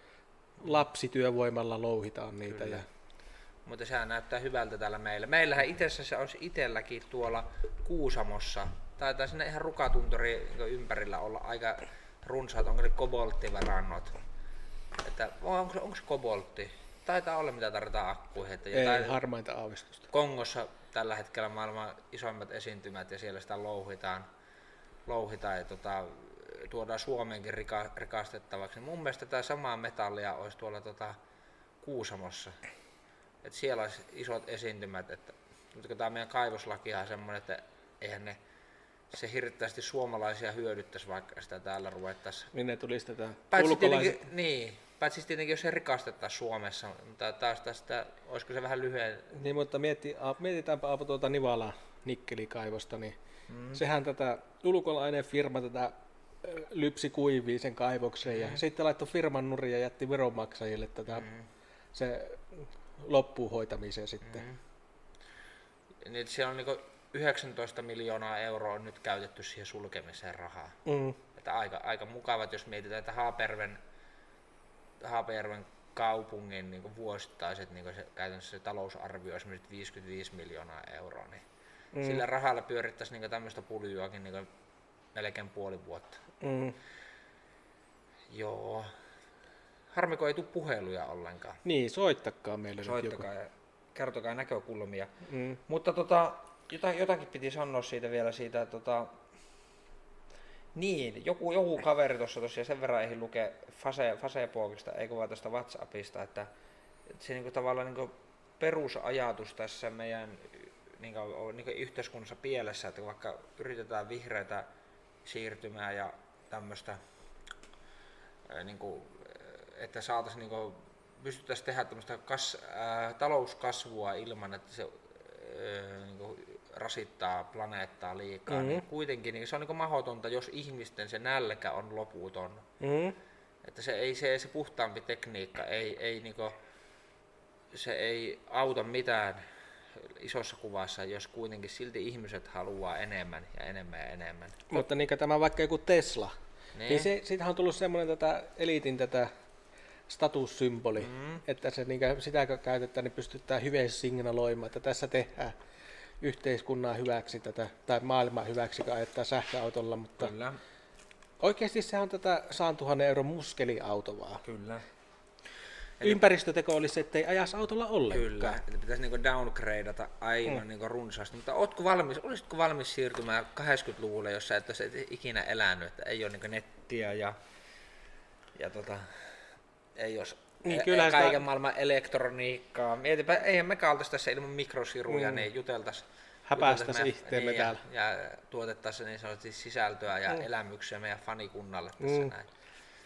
lapsityövoimalla louhitaan niitä. Ja mutta sehän näyttää hyvältä täällä meillä. Meillähän itse asiassa olisi itselläkin tuolla Kuusamossa, taitaa sinne ihan Rukatunturi ympärillä olla aika runsaat, onko ne kobolttivarannot. Että onko, onko se koboltti? Taitaa olla mitä tarvitaan akkuihin. Että ei harmainta aavistusta. Kongossa tällä hetkellä maailman isoimmat esiintymät ja siellä sitä louhitaan, louhitaan ja tota, tuodaan Suomeenkin rika, rikastettavaksi. Mun mielestä tämä samaa metallia olisi tuolla tota, Kuusamossa. Et siellä olisi isot esiintymät. Että, mutta tämä meidän kaivoslaki on semmoinen, että eihän ne se hirveästi suomalaisia hyödyttäisi, vaikka sitä täällä ruvettaisiin. Niin ne tulisi tätä ulkolaiset. Niin, paitsi tietenkin jos se rikastettaisiin Suomessa, mutta taas tästä, olisiko se vähän lyhyen. Niin, mutta mietti, mietitäänpä Aapo tuota Nivala nikkelikaivosta, niin mm. sehän tätä ulkolainen firma tätä lypsi kuivii sen kaivoksen mm. ja sitten laittoi firman nurin ja jätti veronmaksajille tätä mm. se loppuun hoitamiseen sitten. Mm. Niin, siellä on niinku yhdeksäntoista miljoonaa euroa on nyt käytetty siihen sulkemiseen rahaa. Mm. Että aika, aika mukavat, jos mietitään, että Haapajärven, Haapajärven kaupungin niin vuosittaiset niin se, käytännössä se talousarvio on viisikymmentäviisi miljoonaa euroa, niin mm. sillä rahalla pyörittäisi niin tämmöistä puljuakin niin melkein puoli vuotta. Mm. Joo. Harmiko ei tule puheluja ollenkaan. Niin, soittakaa meille. Soittakaa ja kertokaa näkökulmia. Mm. Mutta tota, jotain, jotakin piti sanoa siitä vielä siitä, tota, niin, joku, joku kaveri tuossa tosiaan sen verran ei lukea Fase, Facebookista, eikö vaan tästä WhatsAppista, että, että se niinku, tavallaan niinku, perusajatus tässä meidän niinku, niinku, yhteiskunnassa pielessä, että vaikka yritetään vihreätä siirtymää ja tämmöistä, niinku, että saataisiin niinku, pystyttäisiin tehdä tämmöistä kas, ää, talouskasvua ilman, että se ää, niinku, rasittaa planeettaa liikaa, mm-hmm. niin kuitenkin niin se on niin mahdotonta, jos ihmisten se nälkä on loputon. Mm-hmm. Että se, ei, se, se puhtaampi tekniikka ei, ei, niin kuin, se ei auta mitään isossa kuvassa, jos kuitenkin silti ihmiset haluaa enemmän ja enemmän ja enemmän. Mutta niin tämä vaikka joku Tesla, niin, niin se, siitähän on tullut semmoinen tätä eliitin tätä statussymboli, mm-hmm. että se, niin sitä kun käytetään, niin pystytään hyvin signaloimaan, että tässä tehdään yhteiskunnan hyväksi tätä, tai maailman hyväksi, kun ajettaa sähköautolla, mutta kyllä. Oikeasti se on tätä sadantuhannen euron muskeliauto vaan. Kyllä. Ympäristöteko olisi, ettei ajas autolla ollenkaan. Kyllä, että pitäisi niinku downgradeata aivan mm. niinku runsaasti, mutta ootko valmis, olisitko valmis siirtymään kahdeksankymmentäluvulle, jos sä et ole ikinä elänyt, että ei ole niinku nettiä ja, ja tota, ei ole niin, e- kaiken sitä maailman elektroniikkaa. Mietipä, eihän me oltaisi tässä ilman mikrosiruja, mm. niin juteltaisiin. Häpäistäisiin ihteemme niin, täällä. Ja, ja tuotettaisiin niin sanotusti sisältöä ja mm. elämyksiä meidän fanikunnalle tässä mm. näin.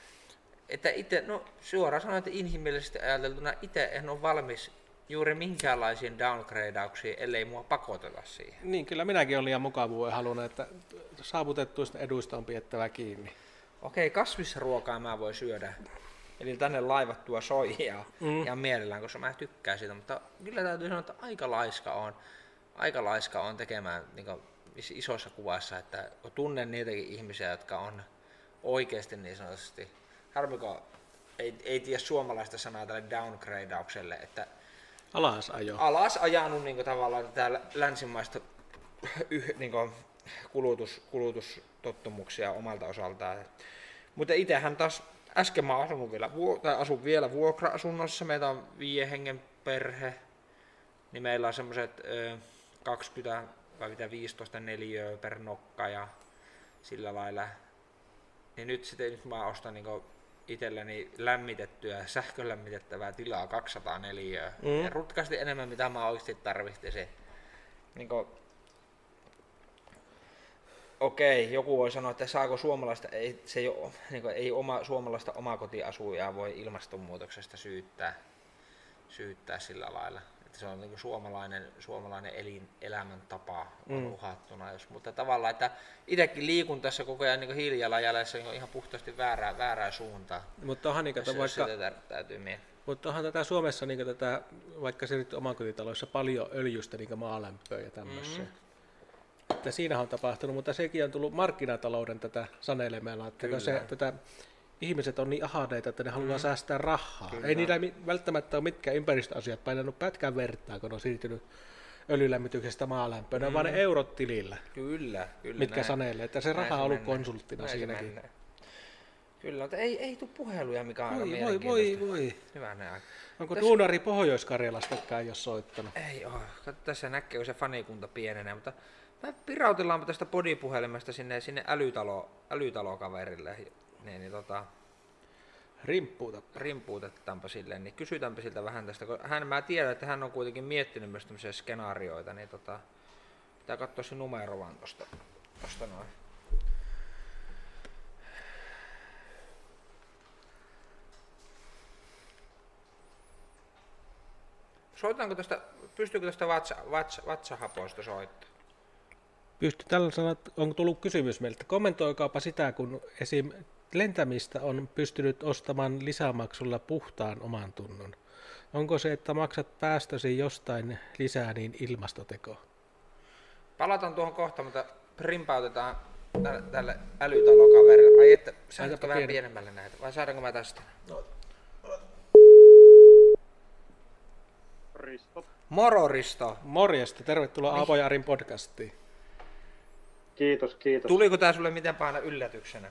Että itse, no suoraan sanoen, että inhimillisesti ajateltuna itse en ole valmis juuri minkäänlaisiin downgradeauksiin, ellei mua pakoteta siihen. Niin, kyllä minäkin olen liian mukavuuden halunnut, että saavutettuista eduista on pidettävä kiinni. Okei, kasvisruokaa mä voin syödä. Eli tänne laivattua soijaa mm. ihan mielellään, koska mä tykkään siitä, mutta kyllä täytyy sanoa, että aika laiska on, aika laiska on tekemään niin kuin isossa kuvassa, että tunnen niitäkin ihmisiä, jotka on oikeasti niin sanotusti, harmiko ei, ei tiedä suomalaista sanaa tälle downgradeaukselle, että alasajo. Alas ajanut niin kuin tavallaan tätä länsimaista niin kuin kulutus, kulutustottumuksia omalta osaltaan. Mutta itsehän taas äsken mä asun vielä, tai asun vielä vuokra-asunnossa, meitä on viiden hengen perhe, niin meillä on semmoiset kaksikymmentä vai mitä viisitoista neliöä per nokka ja sillä lailla. Niin nyt sitten nyt mä ostan niinku itselleni lämmitettyä, sähkölämmitettävää tilaa kaksisataa neliöä. Mm. Ja rutkasti enemmän mitä mä oikeasti tarvitsisin. Niinku, okei, joku voi sanoa, että saako suomalaista, ei, se ei, ole, niin ei oma, suomalaista omakotiasujaa voi ilmastonmuutoksesta syyttää, syyttää sillä lailla. Että se on niin suomalainen, suomalainen elin, elämäntapa on mm. uhattuna. Jos, mutta tavallaan, että itsekin liikun tässä koko ajan niin hiilijalanjäljessä niin ihan puhtaasti väärää, väärää suuntaan. Mutta onhan, niin kato, vaikka, täytyy mutta onhan tätä Suomessa, niin tätä, vaikka se nyt omakotitaloissa paljon öljystä niin maalämpöä ja tämmöisiä. Mm. Että siinä on tapahtunut, mutta sekin on tullut markkinatalouden tätä sanelemalla, että se, tätä, ihmiset on niin ahaneita, että ne haluaa mm. säästää rahaa. Kyllä. Ei niillä välttämättä ole mitkään ympäristöasiat painanut pätkän vertaa, kun on siirtynyt öljylämmityksestä maalämpöön, mm. vaan ne eurot tilillä, kyllä, kyllä, mitkä näin. sanelee, että se raha on ollut konsulttina näin siinäkin. Kyllä, mutta ei, ei tule puheluja, mikä on voi, aika voi, voi, voi. Hyvä näin. Onko tässä... duunari Pohjois-Karjalastakaan ei ole soittanut? Ei ole. Kato, tässä näkee, kun se fanikunta pienenee, mutta mä pirautellaanpa tästä podipuhelimesta sinne, sinne älytalo, älytalokaverille. Niin, niin tota... Rimppuutapa. Rimpuutetaanpa silleen, niin kysytäänpä siltä vähän tästä, kun hän, mä tiedän, että hän on kuitenkin miettinyt myös tämmöisiä skenaarioita, niin tota, pitää katsoa se numero vaan tosta, tosta noin. Soitetaanko tästä, pystyykö tästä vatsa, vatsa, vatsahapoista soittaa? Pysty. Tällä sanat, on tullut kysymys meiltä. Kommentoikaapa sitä, kun esim. Lentämistä on pystynyt ostamaan lisämaksulla puhtaan oman tunnon. Onko se, että maksat päästösi jostain lisää, niin ilmastoteko? Palataan tuohon kohta, mutta rimpautetaan tälle, tälle älytalokaverille. Ai että, saanko vähän pienemmälle näitä, vai saadaanko mä tästä? No. Risto. Moro Risto. Morjesta, tervetuloa niin. Aavo ja Arin podcastiin. Kiitos, kiitos. Tuliko tää sulle miten pahana yllätyksenä?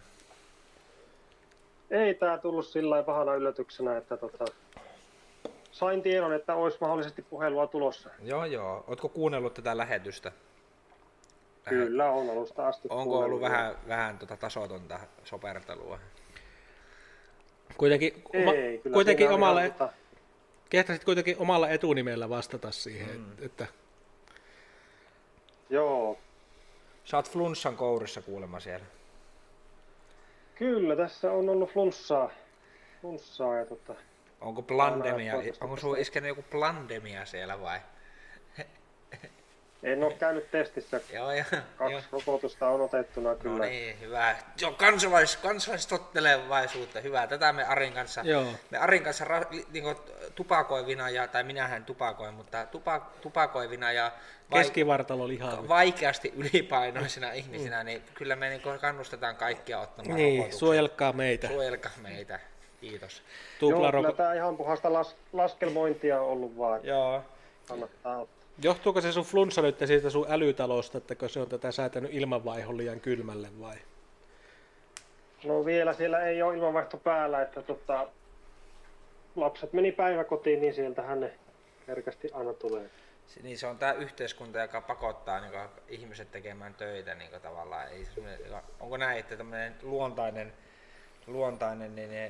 Ei tää tullut sillä pahana yllätyksenä, että tota, sain tiedon, että olisi mahdollisesti puhelua tulossa. Joo, joo. Ootko kuunnellut tätä lähetystä? Kyllä, on alusta asti. Onko ollut vähän, vähän tota tasotonta sopertelua? Kuitenkin, oma, Ei, kuitenkin omalla, tota... kehtäisit kuitenkin omalla etunimellä vastata siihen, mm. että... Joo. Sä oot flunssan kourissa kuulemma siellä. Kyllä, tässä on ollut flunssaa. flunssaa ja tota... Onko plandemia, onko sulla iskenyt joku plandemia siellä vai? En ole käynyt testissä. Joo, joo, Kaksi jo. rokotusta on otettuna kyllä. No niin, hyvä. Joo, kansalais, kansalaistottelevaisuutta, hyvä. Tätä me Arin kanssa, joo. me Arin kanssa ra, niin kuin, tupakoivina, ja, tai minähän tupakoin, mutta tupa, tupakoivina ja vai, keskivartalo lihaa. Vaikeasti ylipainoisina ihmisinä, niin kyllä me niin kuin, kannustetaan kaikkia ottamaan niin, rokotuksen. Suojelkaa meitä. Suojelkaa meitä. Kiitos. Joo, kyllä tämä ihan puhasta las, laskelmointia on ollut vaan. Joo. Kannattaa ottaa. Johtuuko se sun flunssa nyt siitä sun älytalosta, että se on tätä säätänyt ilmanvaihon liian kylmälle vai? No vielä siellä ei ole ilmanvaihto päällä, että tota, lapset meni päiväkotiin, niin sieltähän ne herkästi aina tulee. Se, niin se on tämä yhteiskunta, joka pakottaa niin kuin, ihmiset tekemään töitä niin kuin, tavallaan. Ei, onko näin, että tämmöinen luontainen, luontainen niin,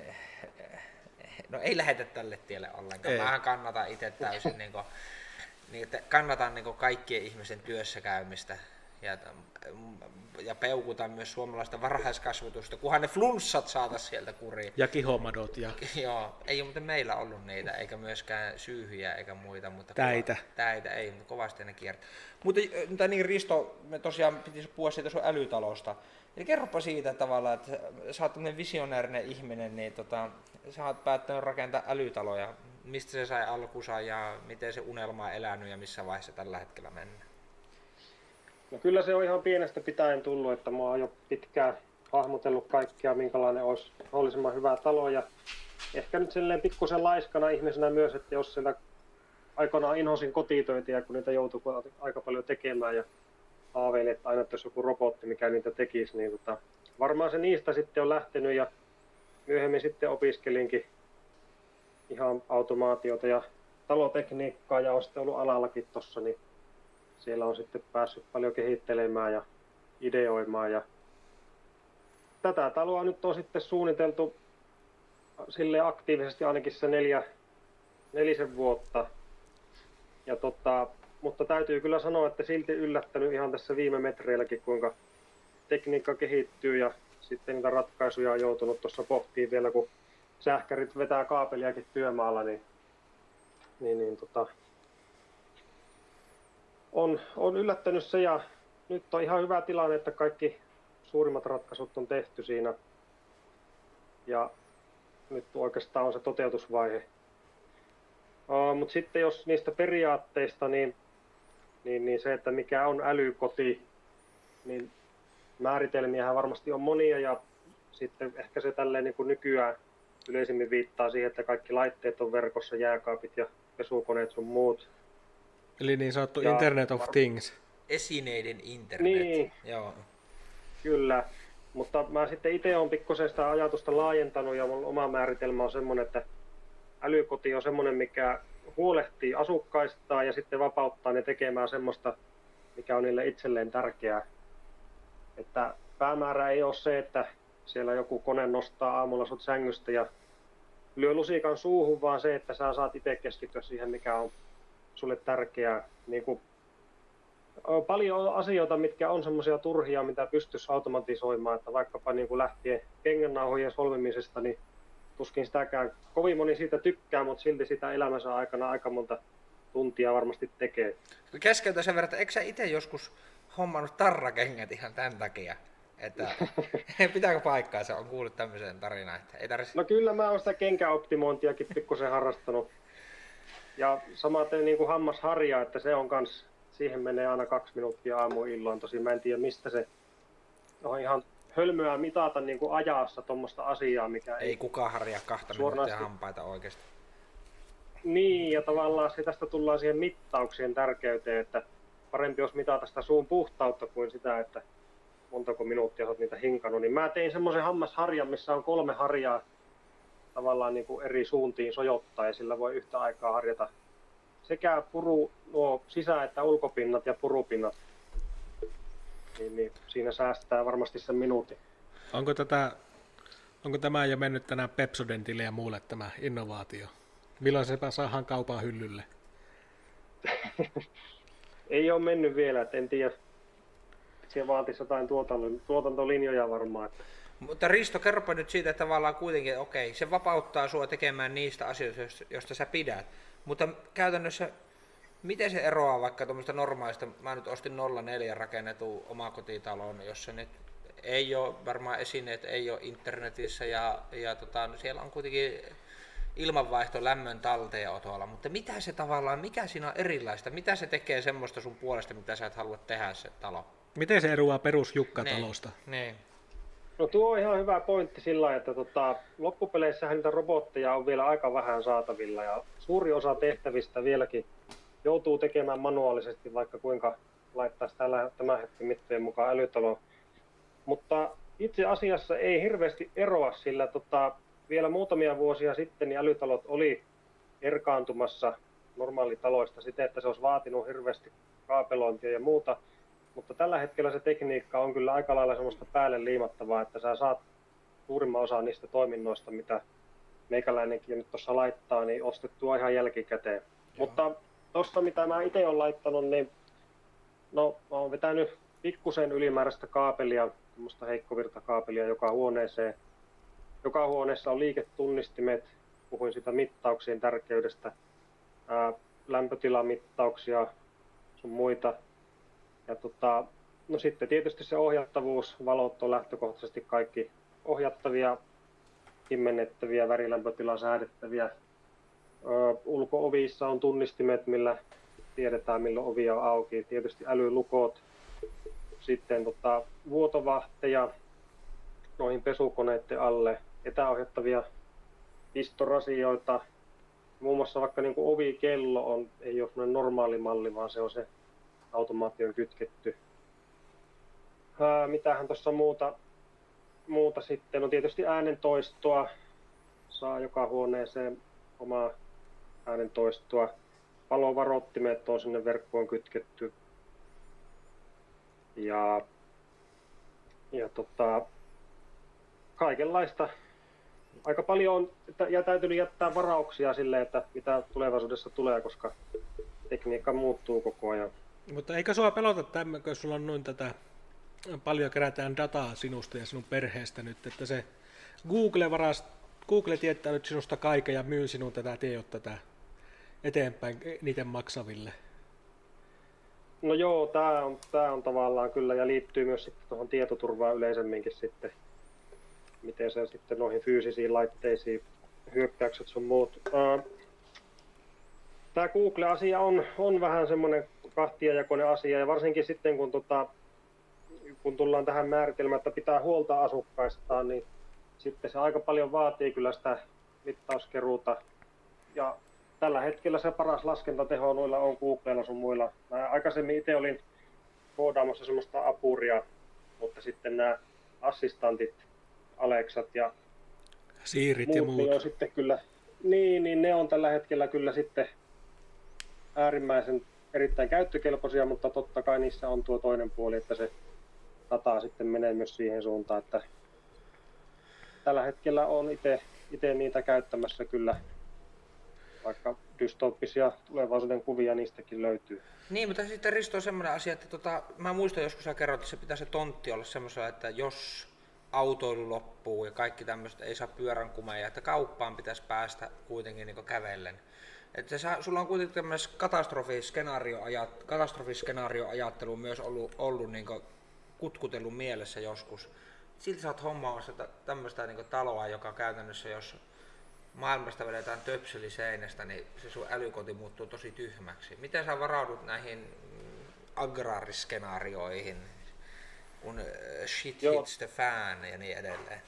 no ei lähetä tälle tielle ollenkaan. Ei. Mähän kannatan itse täysin. niin kuin, Niin, että kannatan niin kuin kaikkien ihmisen työssä käymistä ja, ja peukutan myös suomalaista varhaiskasvatusta, kunhan ne flunssat saataisiin sieltä kuriin. Ja kihomadot. Ja... Joo, ei ole muuten meillä ollut niitä, eikä myöskään syyhyjä eikä muita. Mutta täitä. Kova, täitä ei, mutta kovasti ne kiertää. Mutta, mutta niin Risto, me tosiaan piti puhua siitä sun älytalosta. Eli kerropa siitä tavallaan, että sä oot tämmöinen visionäärinen ihminen, niin tota, sä oot päättänyt rakentaa älytaloja. Mistä se sai alkunsa ja miten se unelma on elänyt ja missä vaiheessa tällä hetkellä mennään? No kyllä se on ihan pienestä pitäen tullut, että mä oon jo pitkään hahmotellut kaikkia, minkälainen olisi mahdollisimman hyvä talo. Ja ehkä nyt silleen pikkusen laiskana ihmisenä myös, että jos sieltä aikanaan inhosin kotitöitä ja kun niitä joutui aika paljon tekemään ja haaveilin, että aina jos joku robotti, mikä niitä tekisi, niin tota, varmaan se niistä sitten on lähtenyt ja myöhemmin sitten opiskelinkin ihan automaatiota ja talotekniikkaa ja olen sitten ollut alallakin tuossa, niin siellä on sitten päässyt paljon kehittelemään ja ideoimaan. Ja tätä taloa nyt on sitten suunniteltu sille aktiivisesti ainakin se neljä, nelisen vuotta. Ja tota, mutta täytyy kyllä sanoa, että silti yllättänyt ihan tässä viime metreilläkin, kuinka tekniikka kehittyy ja sitten niitä ratkaisuja on joutunut tuossa pohtiin vielä, kun sähkärit vetää kaapeliakin työmaalla, niin, niin, niin tota, on, on yllättänyt se ja nyt on ihan hyvä tilanne, että kaikki suurimmat ratkaisut on tehty siinä ja nyt oikeastaan on se toteutusvaihe. Uh, mutta sitten jos niistä periaatteista, niin, niin, niin se, että mikä on älykoti, niin määritelmiähän varmasti on monia ja sitten ehkä se tälleen niin kuin nykyään yleisimmin viittaa siihen, että kaikki laitteet on verkossa, jääkaapit ja pesukoneet sun muut. Eli niin sanottu ja Internet of Things. Esineiden internet. Niin, joo. Kyllä. Mutta mä sitten itse olen pikkusen sitä ajatusta laajentanut ja mun oma määritelmä on semmoinen, että älykoti on semmoinen, mikä huolehtii asukkaistaan ja sitten vapauttaa ne tekemään semmoista, mikä on niille itselleen tärkeää. Että päämäärä ei ole se, että siellä joku kone nostaa aamulla sut sängystä ja lyö lusikan suuhun, vaan se, että sä saat itse keskittyä siihen, mikä on sulle tärkeää. Niin kuin, on paljon asioita, mitkä on semmoisia turhia, mitä pystyisi automatisoimaan, että vaikkapa niin kuin lähtien kengännauhojen solmimisesta, niin tuskin sitäkään kovin moni siitä tykkää, mutta silti sitä elämänsä aikana aika monta tuntia varmasti tekee. Keskeytä sen verran, että eikö sä itse joskus hommannut tarrakengät ihan tämän takia? Että pitääkö paikkaansa? On kuullut tämmöisen tarinaan, että ei tarvitse... No kyllä mä oon sitä kenkäoptimointiakin pikkusen harrastanut. Ja samaten niin kuin hammasharja, että se on kans, siihen menee aina kaksi minuuttia aamuin illoin. Tosin mä en tiedä mistä se on ihan hölmöä mitata niin kuin ajassa tuommoista asiaa, mikä ei... Ei kukaan harjaa kahta suoranaisesti... minuuttia hampaita oikeasti. Niin, ja tavallaan se tästä tullaan siihen mittauksien tärkeyteen, että parempi olisi mitata sitä suun puhtautta kuin sitä, että montako minuuttia olet niitä hinkannut. Niin mä tein semmoisen hammasharjan, missä on kolme harjaa tavallaan niin kuin eri suuntiin sojottaa, ja sillä voi yhtä aikaa harjata sekä puru, nuo sisä- että ulkopinnat ja purupinnat. Niin, niin siinä säästää varmasti sen minuutin. Onko, tätä, onko tämä jo mennyt tänään Pepsodentille ja muulle tämä innovaatio? Milloin se saadaan kaupan hyllylle? Ei ole mennyt vielä, että en tiedä. Siellä vaatisi jotain tuotantolinjoja varmaan. Että... Mutta Risto, kerropa nyt siitä että tavallaan kuitenkin, että okei, se vapauttaa sinua tekemään niistä asioista, joista sä pidät. Mutta käytännössä, miten se eroaa vaikka tuommoista normaalista, mä nyt ostin nolla neljä rakennetun omakotitalon, jossa nyt ei ole varmaan esineet, ei ole internetissä ja, ja tota, siellä on kuitenkin ilmanvaihto lämmön talteenotolla, mutta mitä se tavallaan, mikä siinä on erilaista, mitä se tekee semmoista sun puolesta, mitä sä et halua tehdä se talo? Miten se eroaa perusjukkatalosta? Niin. No tuo on ihan hyvä pointti sillä, että tota, loppupeleissähän niitä robotteja on vielä aika vähän saatavilla ja suuri osa tehtävistä vieläkin joutuu tekemään manuaalisesti, vaikka kuinka laittaisi tällä, tämän hetken mittojen mukaan älytalo. Mutta itse asiassa ei hirveästi eroa, sillä tota, vielä muutamia vuosia sitten niin älytalot oli erkaantumassa normaalitaloista siten, että se olisi vaatinut hirveästi kaapelointia ja muuta. Mutta tällä hetkellä se tekniikka on kyllä aika lailla semmoista päälle liimattavaa, että sä saat suurimman osan niistä toiminnoista, mitä meikäläinenkin nyt tuossa laittaa, niin ostettua ihan jälkikäteen. Joo. Mutta tuossa mitä mä itse olen laittanut, niin no mä oon vetänyt pikkusen ylimääräistä kaapelia, semmoista heikkovirtakaapelia joka huoneeseen. Joka huoneessa on liiketunnistimet, puhuin sitä mittauksien tärkeydestä, ää, lämpötilamittauksia sun muita. Ja tota, no sitten tietysti se ohjattavuus, valot on lähtökohtaisesti kaikki ohjattavia, himmennettäviä, värilämpötila säädettäviä. Ö, ulko-ovissa on tunnistimet, millä tiedetään milloin ovi on auki. Tietysti älylukot, sitten tota, vuotovahteja noihin pesukoneiden alle, etäohjattavia pistorasioita. Muun muassa vaikka niin kuin ovikello on, ei ole normaali malli, vaan se on se automaation kytketty. Ää, mitähän tuossa muuta, muuta sitten? No tietysti äänentoistoa. Saa joka huoneeseen omaa äänentoistoa. Palovarottimet on sinne verkkoon kytketty. Ja, ja tota, kaikenlaista. Aika paljon on ja täytynyt jättää varauksia sille, että mitä tulevaisuudessa tulee, koska tekniikka muuttuu koko ajan. Mutta eikö sua pelota tämmöinen, kun sulla on noin tätä, paljon kerätään dataa sinusta ja sinun perheestä nyt, että se Google, varast, Google tietää nyt sinusta kaiken ja myy sinun tätä, teot tätä eteenpäin niiden maksaville? No joo, tämä on, tää on tavallaan kyllä ja liittyy myös sitten tuohon tietoturvaan yleisemminkin sitten, miten se sitten noihin fyysisiin laitteisiin, hyökkäykset sun muut. Tämä Google-asia on, on vähän semmoinen kahtiajakoinen asia ja varsinkin sitten kun, tota, kun tullaan tähän määritelmään, että pitää huolta asukkaistaan, niin sitten se aika paljon vaatii kyllä sitä mittauskeruuta. Ja tällä hetkellä se paras laskentateho noilla on Googlella sun muilla. Mä aikaisemmin itse olin koodaamassa semmoista apuria, mutta sitten nämä assistantit, Alexat ja Siirit muut, ja muut. Niin on sitten kyllä, niin, niin ne on tällä hetkellä kyllä sitten äärimmäisen erittäin käyttökelpoisia, mutta totta kai niissä on tuo toinen puoli, että se data sitten menee myös siihen suuntaan, että tällä hetkellä on itse niitä käyttämässä kyllä, vaikka dystooppisia tulevaisuuden kuvia niistäkin löytyy. Niin, mutta sitten Risto on semmoinen asia, että tota, mä muistan joskus sä kerroit, että se pitää se tontti olla semmoisella, että jos autoilu loppuu ja kaikki tämmöistä ei saa pyöränkumeja, että kauppaan pitäisi päästä kuitenkin niin kävellen. Että se, sulla on kuitenkin tämmöinen katastrofiskenaarioajat, katastrofiskenaarioajattelu myös ollut, ollut niin kutkutellut mielessä joskus. Silti sä oot hommaamassa tämmöistä niin taloa, joka käytännössä, jos maailmasta vedetään töpseli seinästä, niin se sun älykoti muuttuu tosi tyhmäksi. Miten sä varaudut näihin agraariskenaarioihin, kun shit Joo. hits the fan ja niin edelleen?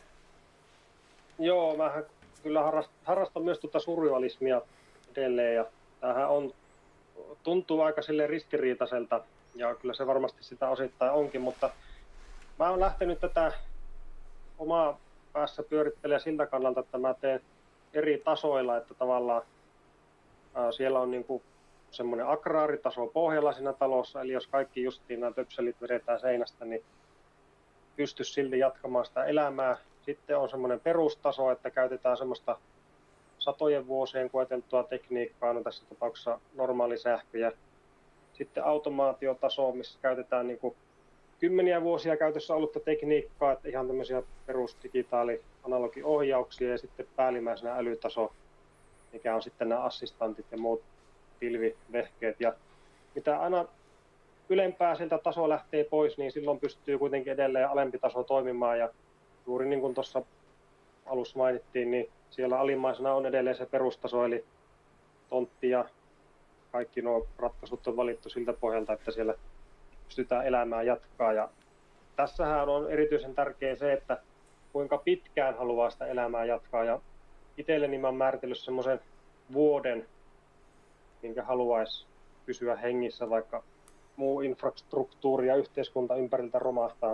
Joo, mä kyllä harrastan, harrastan myös tuota surrealismia edelleen, ja tämähän on, tuntuu aika sille ristiriitaiselta, ja kyllä se varmasti sitä osittain onkin, mutta mä oon lähtenyt tätä omaa päässä pyörittelemään siltä kannalta, että mä teen eri tasoilla, että tavallaan ää, siellä on niinku semmoinen agraaritaso pohjalla siinä talossa, eli jos kaikki justiin nämä töpselit vedetään seinästä, niin pystyisi silti jatkamaan sitä elämää. Sitten on semmoinen perustaso, että käytetään semmoista satojen vuosien koeteltua tekniikkaa, no tässä tapauksessa normaali sähkö, ja sitten automaatiotaso, missä käytetään niinku kymmeniä vuosia käytössä ollutta tekniikkaa, että ihan tämmöisiä perusdigitaali analogiohjauksia, ja sitten päällimmäisenä älytaso, mikä on sitten nämä assistantit ja muut pilvivehkeet. Ja mitä aina ylempää sieltä taso lähtee pois, niin silloin pystyy kuitenkin edelleen alempi taso toimimaan. Ja juuri niin kuin tuossa alussa mainittiin, niin siellä alimmaisena on edelleen se perustaso, eli tontti ja kaikki nuo ratkaisut on valittu siltä pohjalta, että siellä pystytään elämään jatkaa. Ja tässähän on erityisen tärkeää se, että kuinka pitkään haluaa sitä elämää jatkaa. Ja itselleni mä oon määritellyt semmoisen vuoden, minkä haluaisi pysyä hengissä, vaikka muu infrastruktuuri ja yhteiskunta ympäriltä romahtaa.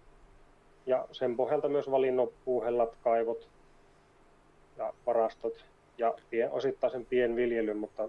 Ja sen pohjalta myös valinnut puuhellat, kaivot ja varastot ja pien, osittaisen pienviljelyn, mutta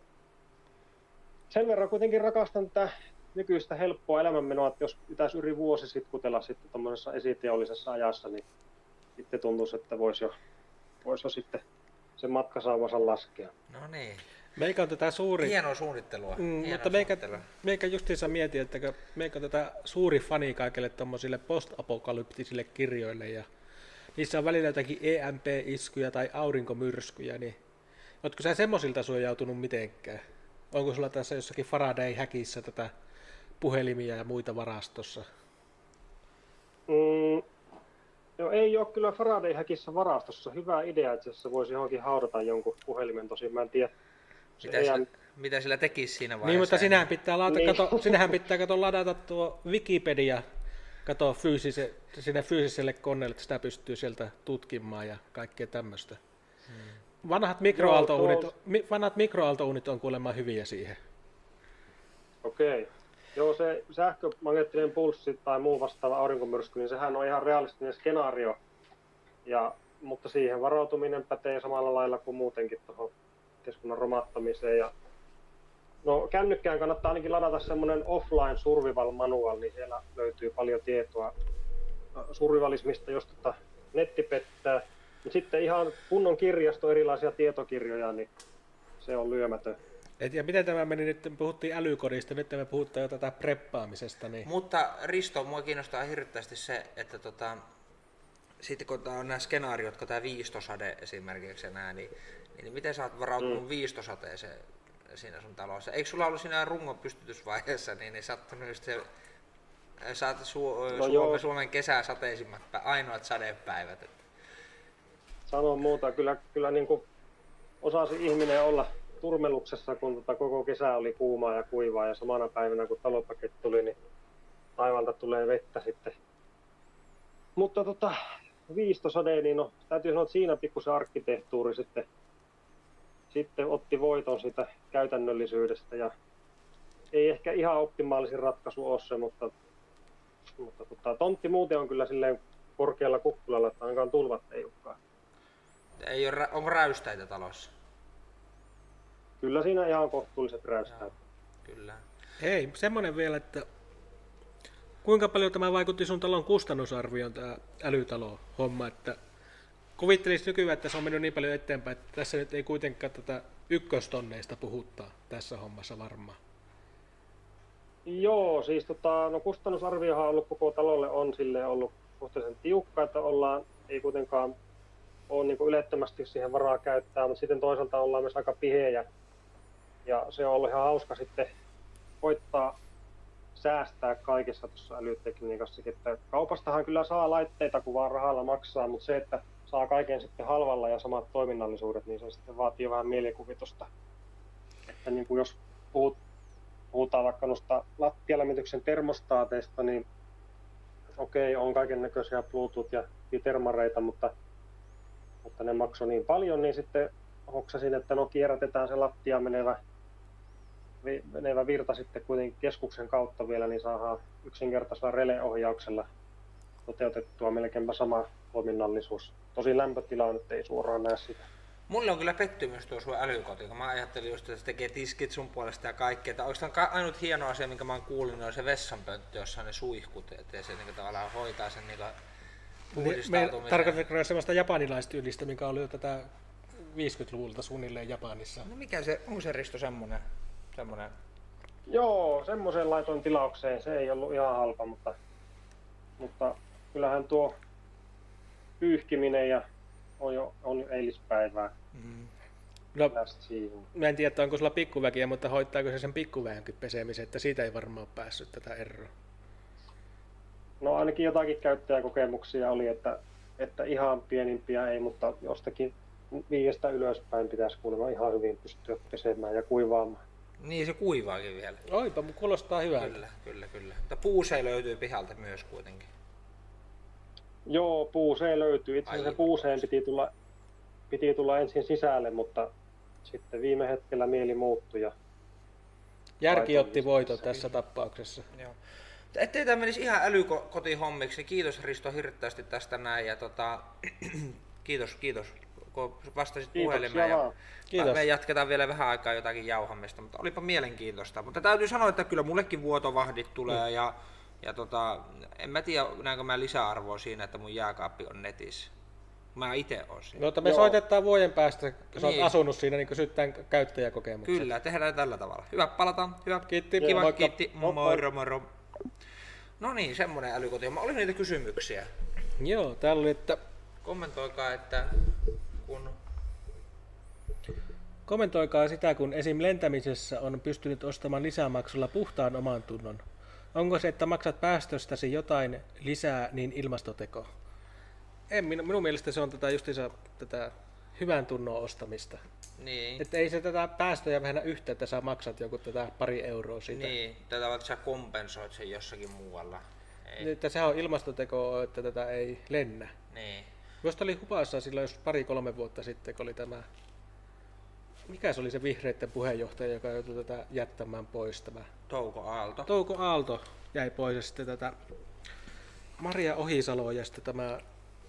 sen verran kuitenkin rakastan tätä nykyistä helppoa elämänmenoa, että jos pitäisi yli vuosi sitkutella sitten tuommoisessa esiteollisessa ajassa, niin sitten tuntuisi, että voisi jo, voisi jo sitten sen matkasauvansa laskea. No niin. Meikä on tätä suuri... Hienoa suunnittelua. Mm, Hienoa mutta meikä, suunnittelua. meikä justiinsa mietin, että meikä on tätä suuri fani kaikille tommosille post-apokalyptisille kirjoille, ja niissä on välillä jotakin E M P-iskuja tai aurinkomyrskyjä, niin ootko sä semmoisilta suojautunut mitenkään? Onko sulla tässä jossakin Faraday-häkissä tätä puhelimia ja muita varastossa? Mm, no ei ole kyllä Faraday-häkissä varastossa. Hyvä idea, että se voisi johonkin haudata jonkun puhelimen, tosin mä en tiedä. Mitä sillä, en... mitä sillä tekisi siinä vaiheessa? Niin, mutta sinähän pitää, laata, niin. kato, sinähän pitää kato, ladata tuo Wikipedia kato, fyysise, sinne fyysiselle koneelle, että sitä pystyy sieltä tutkimaan ja kaikkea tämmöistä. Hmm. Vanhat, mikroaaltouunit, Joo, tuo... vanhat mikroaaltouunit on kuulemma hyviä siihen. Okei. Okay. Joo, se sähkömagneettinen pulssi tai muu vastaava aurinkomyrsky, niin sehän on ihan realistinen skenaario. Ja, mutta siihen varautuminen pätee samalla lailla kuin muutenkin tuohon yhteiskunnan romahtamiseen. Ja, no, kännykkään kannattaa ainakin ladata semmoinen offline survival manual, niin siellä löytyy paljon tietoa survivalismista, jos tota netti pettää. Ja sitten ihan kunnon kirjasto, erilaisia tietokirjoja, niin se on lyömätön. Et ja miten tämä meni nyt, puhuttiin älykodista, nyt me puhutaan jo tätä preppaamisesta. Niin... Mutta Risto, mua kiinnostaa hirveästi se, että tota, sitten kun on nämä skenaariot, jotka tämä viistosade esimerkiksi nää, niin, niin miten sä oot varautunut mm. viistosateeseen siinä sun talossa? Eikö sulla ollut siinä rungon pystytysvaiheessa niin, niin sattunut just se, sä oot Su- no Suomen, Suomen kesäsateisimmat, ainoat sadepäivät? Että... Sanon muuta, kyllä, kyllä niin kuin osasi ihminen olla turmeluksessa, kun tota koko kesä oli kuumaa ja kuivaa, ja samana päivänä kun talopaketti tuli, niin taivalta tulee vettä sitten. Mutta tota, viistosade, niin no, täytyy sanoa, että siinä pikkusen arkkitehtuuri sitten, sitten otti voiton siitä käytännöllisyydestä, ja ei ehkä ihan optimaalisin ratkaisu ole se, mutta, mutta tota, tontti muuten on kyllä silleen korkealla kukkulalla, että ainakaan tulvat ei uhkaa. Ei ole, onko räystäitä talossa? Kyllä siinä ihan kohtuulliset räystäät. Kyllä. Hei, semmoinen vielä, että kuinka paljon tämä vaikutti sun talon kustannusarvioon, tämä älytalo-homma, että kuvittelisi nykyään, että se on mennyt niin paljon eteenpäin, että tässä nyt ei kuitenkaan tätä ykköstonneista puhuttaa tässä hommassa varmaan. Joo, siis tota, no kustannusarviohan on ollut koko talolle on silleen ollut suhteellisen tiukka, että ollaan, ei kuitenkaan ole niin kuin ylettömästi siihen varaa käyttää, mutta sitten toisaalta ollaan myös aika piheä ja se on ollut ihan hauska sitten koittaa säästää kaikessa tuossa älytekniikassakin, että kaupastahan kyllä saa laitteita, kun vaan rahalla maksaa, mutta se, että saa kaiken sitten halvalla ja samat toiminnallisuudet, niin se sitten vaatii vähän mielikuvitusta. Että niin kuin jos puhut, puhutaan vaikka noista lattialämmityksen termostaateista, niin okei, on kaiken näköisiä Bluetooth- ja termareita, mutta, mutta ne maksoi niin paljon, niin sitten hoksasin, että no kierrätetään se lattia menevä, menevä virta sitten kuitenkin keskuksen kautta vielä, niin saadaan yksinkertaisella releohjauksella toteutettua melkeinpä sama toiminnallisuus. Tosi lämpötila nyt ei suoraan näe sitä. Mulle on kyllä pettymys tuo sun älykoti, kun mä ajattelin just, että se tekee tiskit sun puolesta ja kaikkea. Että oikeastaan ainut hieno asia, minkä mä oon kuullut, on se vessanpönttö, jossa on ne suihkut, ettei se niin tavallaan hoitaa sen niin puhdistautumisen. Tarkoitatko sellaista japanilaistyylistä, mikä oli jo tätä viisikymmentäluvulta suunnilleen Japanissa? No mikä se, onko se Risto semmonen? semmonen? Joo, semmoisen laitoin tilaukseen. Se ei ollut ihan halpa, mutta, mutta kyllähän tuo pyyhkiminen ja on jo on jo eilispäivää. Mm. No, mä en tiedä, onko sulla pikkuväkiä, mutta hoittaako se sen pikkuväänkin pesemisen, että siitä ei varmaan ole päässyt tätä eroa? No ainakin jotakin käyttäjäkokemuksia oli, että, että ihan pienimpiä ei, mutta jostakin viiestä ylöspäin pitäisi kuulemma ihan hyvin pystyä pesemään ja kuivaamaan. Niin, se kuivaakin vielä. Oipa, kuulostaa hyvältä. Kyllä, kyllä, kyllä. Mutta puusei löytyy pihalta myös kuitenkin. Joo, puuseen löytyy. Itse asiassa puuseen piti tulla, piti tulla ensin sisälle, mutta sitten viime hetkellä mieli muuttui. Ja järki otti voiton tässä tapauksessa. Joo. Ettei tämä menisi ihan älykotihommiksi, niin kiitos Risto hirttästi tästä näin. Ja tota, kiitos, kiitos, kun vastasit puhelimeen. Ja kiitos. Me jatketaan vielä vähän aikaa jotakin jauhamista, mutta olipa mielenkiintoista. Mutta täytyy sanoa, että kyllä mullekin vuotovahdit tulee. Mm. ja Ja tota, en mä tiedä, näinkö mä lisäarvoa siinä, että mun jääkaappi on netissä. Mä itse oon siinä. No, me Joo. soitetaan vuoden päästä, kun niin. Oot asunut siinä, niin kysytään käyttäjäkokemukset. Kyllä, tehdään tällä tavalla. Hyvä, palataan. Hyvä. Kiitti. Kiva, Moikka. kiitti. Moro, moro. No niin, semmonen älykoti. Mä oli niitä kysymyksiä. Joo, täällä oli, että... Kommentoikaa, että kun... Kommentoikaa sitä, kun esim. Lentämisessä on pystynyt ostamaan lisämaksulla puhtaan oman tunnon. Onko se, että maksat päästöstäsi jotain lisää, niin ilmastoteko? En, minun, minun mielestä se on tätä justiinsa tätä hyvän tunnon ostamista. Niin. Että ei se tätä päästöjä vähennä yhtä, että sä maksat joku tätä pari euroa siitä. Niin, tätä vaan sä kompensoit sen jossakin muualla. Ei. Että sehän on ilmastoteko, että tätä ei lennä. Niin. Minusta oli hupassa silloin jos pari-kolme vuotta sitten, kun oli tämä... Mikä se oli se vihreiden puheenjohtaja, joka joutui tätä jättämään pois tämä? Touko Aalto. Touko Aalto jäi pois ja sitten tätä Maria Ohisalo ja sitten tämä,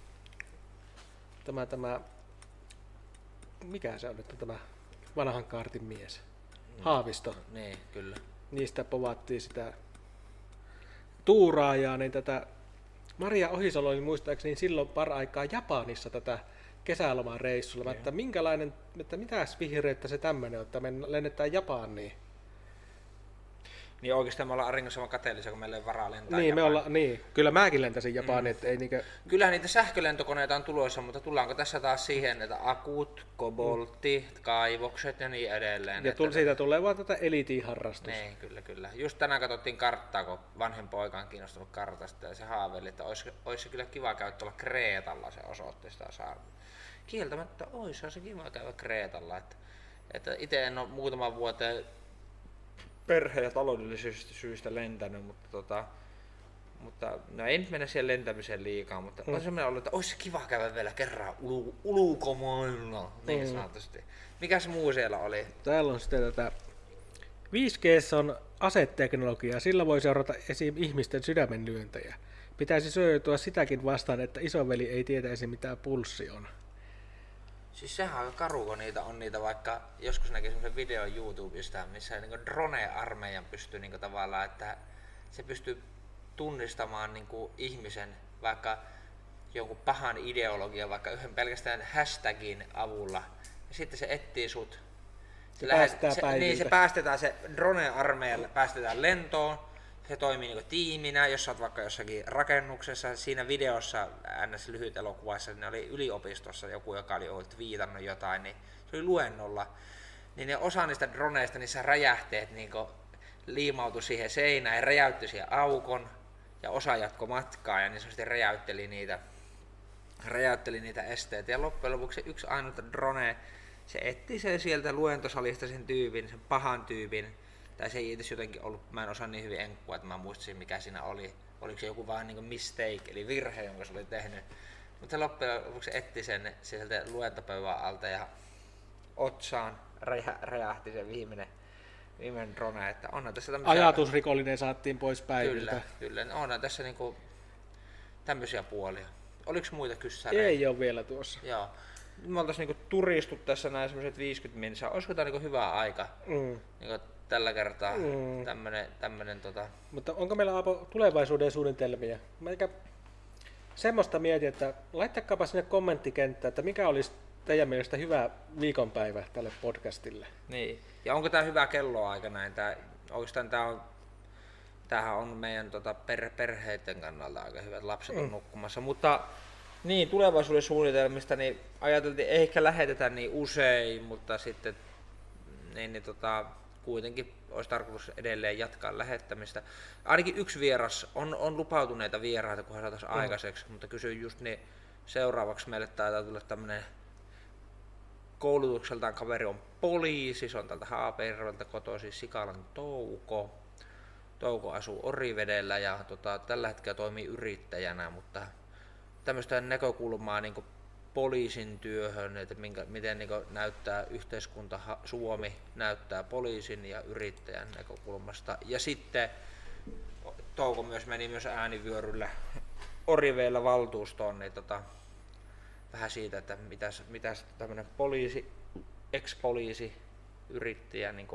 tämä, tämä mikä se on nyt tämä vanhan kaartin mies? Haavisto. Niin, kyllä. Niistä povattiin sitä tuuraajaa, niin tätä Maria Ohisalo oli muistaakseni silloin par-aikaa Japanissa tätä kesäloman reissulla, että minkälainen, että mitäs vihreitä se tämmöinen on, että me lennetään Japaniin. Niin oikeastaan me ollaan Arin kanssa kateellisia, kun meillä ei varaa lentää niin, me olla, niin, kyllä mäkin lentäisin Japaniin. Mm. Ei niinkö... Kyllähän niitä sähkölentokoneita on tulossa, mutta tullaanko tässä taas siihen, että akut, koboltti, mm. kaivokset ja niin edelleen. Ja tull, siitä tulee vaan tätä eliitin-harrastus. Niin, kyllä, kyllä. Just tänään katsottiin karttaa, kun vanhin poika on kiinnostunut kartasta ja se haaveili, että olisi, olisi se kyllä kiva käydä tuolla Kreetalla se osoitti sitä saarta. Kieltämättä olisi se kiva käydä Kreetalla. Että, että itse en ole muutaman vuoteen perhe- ja taloudellisista syistä lentänyt, mutta, tota, mutta no ei nyt mennä siihen lentämiseen liikaa, mutta mm. on semmoinen ollut, että olisi kiva käydä vielä kerran ulu, ulkomailla, niin mm. sanotusti. Mikäs muu siellä oli? Täällä on sitten tätä viisi G on aseteknologiaa, sillä voi seurata esim. Ihmisten sydämenlyöntejä. pitäisi syötyä sitäkin vastaan, että isoveli ei tietäisi mitä pulssi on. Siis sehän on aika karu, kun niitä on niitä, vaikka joskus näki semmoisen videon YouTubesta, missä niin drone-armeijan pystyy niin tavallaan, että se pystyy tunnistamaan niin ihmisen vaikka jonkun pahan ideologian, vaikka yhden pelkästään hashtagin avulla, ja sitten se etsii sut. Se, lähet, se, niin, se päästetään, se drone-armeijalle päästetään lentoon, se toimii niin tiiminä, jos sä oot vaikka jossakin rakennuksessa. Siinä videossa, ns. Lyhyt elokuvassa, ne oli yliopistossa joku, joka oli ollut viitannut jotain, niin se oli luennolla. Niin ne osa niistä droneista, niissä räjähteet niin liimautui siihen seinään ja räjäytti siihen aukon, ja osa jatko matkaa, ja niin se sitten räjäytteli niitä, räjäytteli niitä esteitä. Ja loppujen lopuksi yksi ainut drone, se etti sen sieltä luentosalista sen tyypin, sen pahan tyypin. Tai se ei edes jotenkin ollut, mä en osaa niin hyvin enkkua, että mä muistasin mikä siinä oli. Oliko se joku vaan niin mistake, eli virhe, jonka se oli tehnyt. Mutta se loppujen lopuksi etti sen sieltä luentopöydän alta ja otsaan räjä, räjähti se viimeinen, viimeinen drone. Että onhan tässä tämmöisiä... Ajatusrikollinen saatiin pois päiviltä. Kyllä, kyllä. Onhan tässä niinku tämmöisiä puolia. Oliko muita kyssäreitä? Ei ole vielä tuossa. Joo. Me oltaisiin niinku turistut tässä näin semmoiset viisikymmentä minsaa. Olisiko tämä niinku hyvä aika? Mm. Niinku tällä kertaa mm. tämmönen, tämmönen tota... Mutta onko meillä Aapo tulevaisuuden suunnitelmia? Mä eikä semmoista mietin, että laittakaapa sinne kommenttikenttään, että mikä olisi teidän mielestä hyvä viikonpäivä tälle podcastille. Niin. Ja onko tämä hyvä kelloaika näin? Tää, oikeastaan tämä on, tämähän on meidän tota, per, perheiden kannalta aika hyvä, että lapset on mm. nukkumassa. Mutta niin, tulevaisuuden suunnitelmista niin ajateltiin, ehkä lähetetään niin usein, mutta sitten niin, niin, tota, kuitenkin olisi tarkoitus edelleen jatkaa lähettämistä. Ainakin yksi vieras, on, on lupautuneita vieraita, kunhan saataisiin mm. aikaiseksi, mutta kysyin just niin, seuraavaksi meille taitaa tulla tämmöinen koulutukseltaan kaveri on poliisi, se on täältä Haapajärveltä kotoisin, Sikalan Touko. Touko asuu Orivedellä ja tota, tällä hetkellä toimii yrittäjänä, mutta tämmöistä näkökulmaa niin poliisin työhön, että minkä, miten niin näyttää yhteiskunta, Suomi näyttää poliisin ja yrittäjän näkökulmasta. Ja sitten Touko myös meni myös äänivyöryllä Orivedellä valtuustoon, niin tota, vähän siitä, että mitäs, mitäs tämmöinen poliisi, ex-poliisi, yrittäjä niin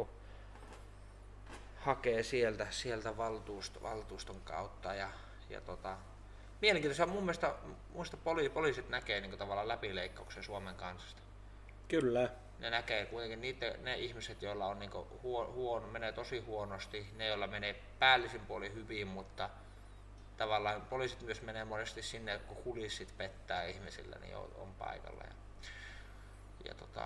hakee sieltä, sieltä valtuusto, valtuuston kautta. Ja, ja tota, mielenkiintoista mun mielestä, muista poli, poliisit näkee niin tavallaan läpileikkauksen Suomen kansasta. Kyllä. Ne näkee kuitenkin niitä, ne ihmiset, joilla on niin huono, huono, menee tosi huonosti, ne joilla menee päällisin puolin hyvin, mutta tavallaan poliisit myös menee monesti sinne, kun kulissit pettää ihmisillä, niin on, on paikalla. Ja, ja tota,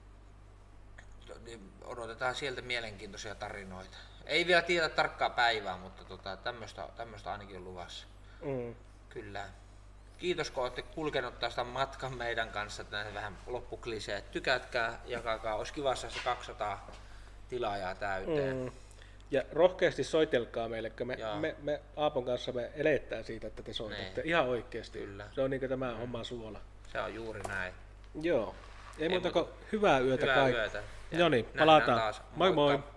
niin odotetaan sieltä mielenkiintoisia tarinoita. Ei vielä tiedä tarkkaa päivää, mutta tota, tämmöistä ainakin on luvassa. Mm. Kyllä. Kiitos, kun olette kulkenut tästä matkan meidän kanssa. Näin vähän loppukliseet. Tykätkää, jakakaa. Olisi kiva saada se kaksisataa tilaajaa täyteen. Mm. Ja rohkeasti soitelkaa meille, kun me, me, me Aapon kanssa me eletään siitä, että te soitatte. Ne. Ihan oikeasti. Kyllä. Se on niin kuin tämä mm. homma suola. Se on juuri näin. Joo. Ei, Ei muuta kuin hyvää yötä hyvää kaikille. Yötä. No niin, palataan. Moi moi.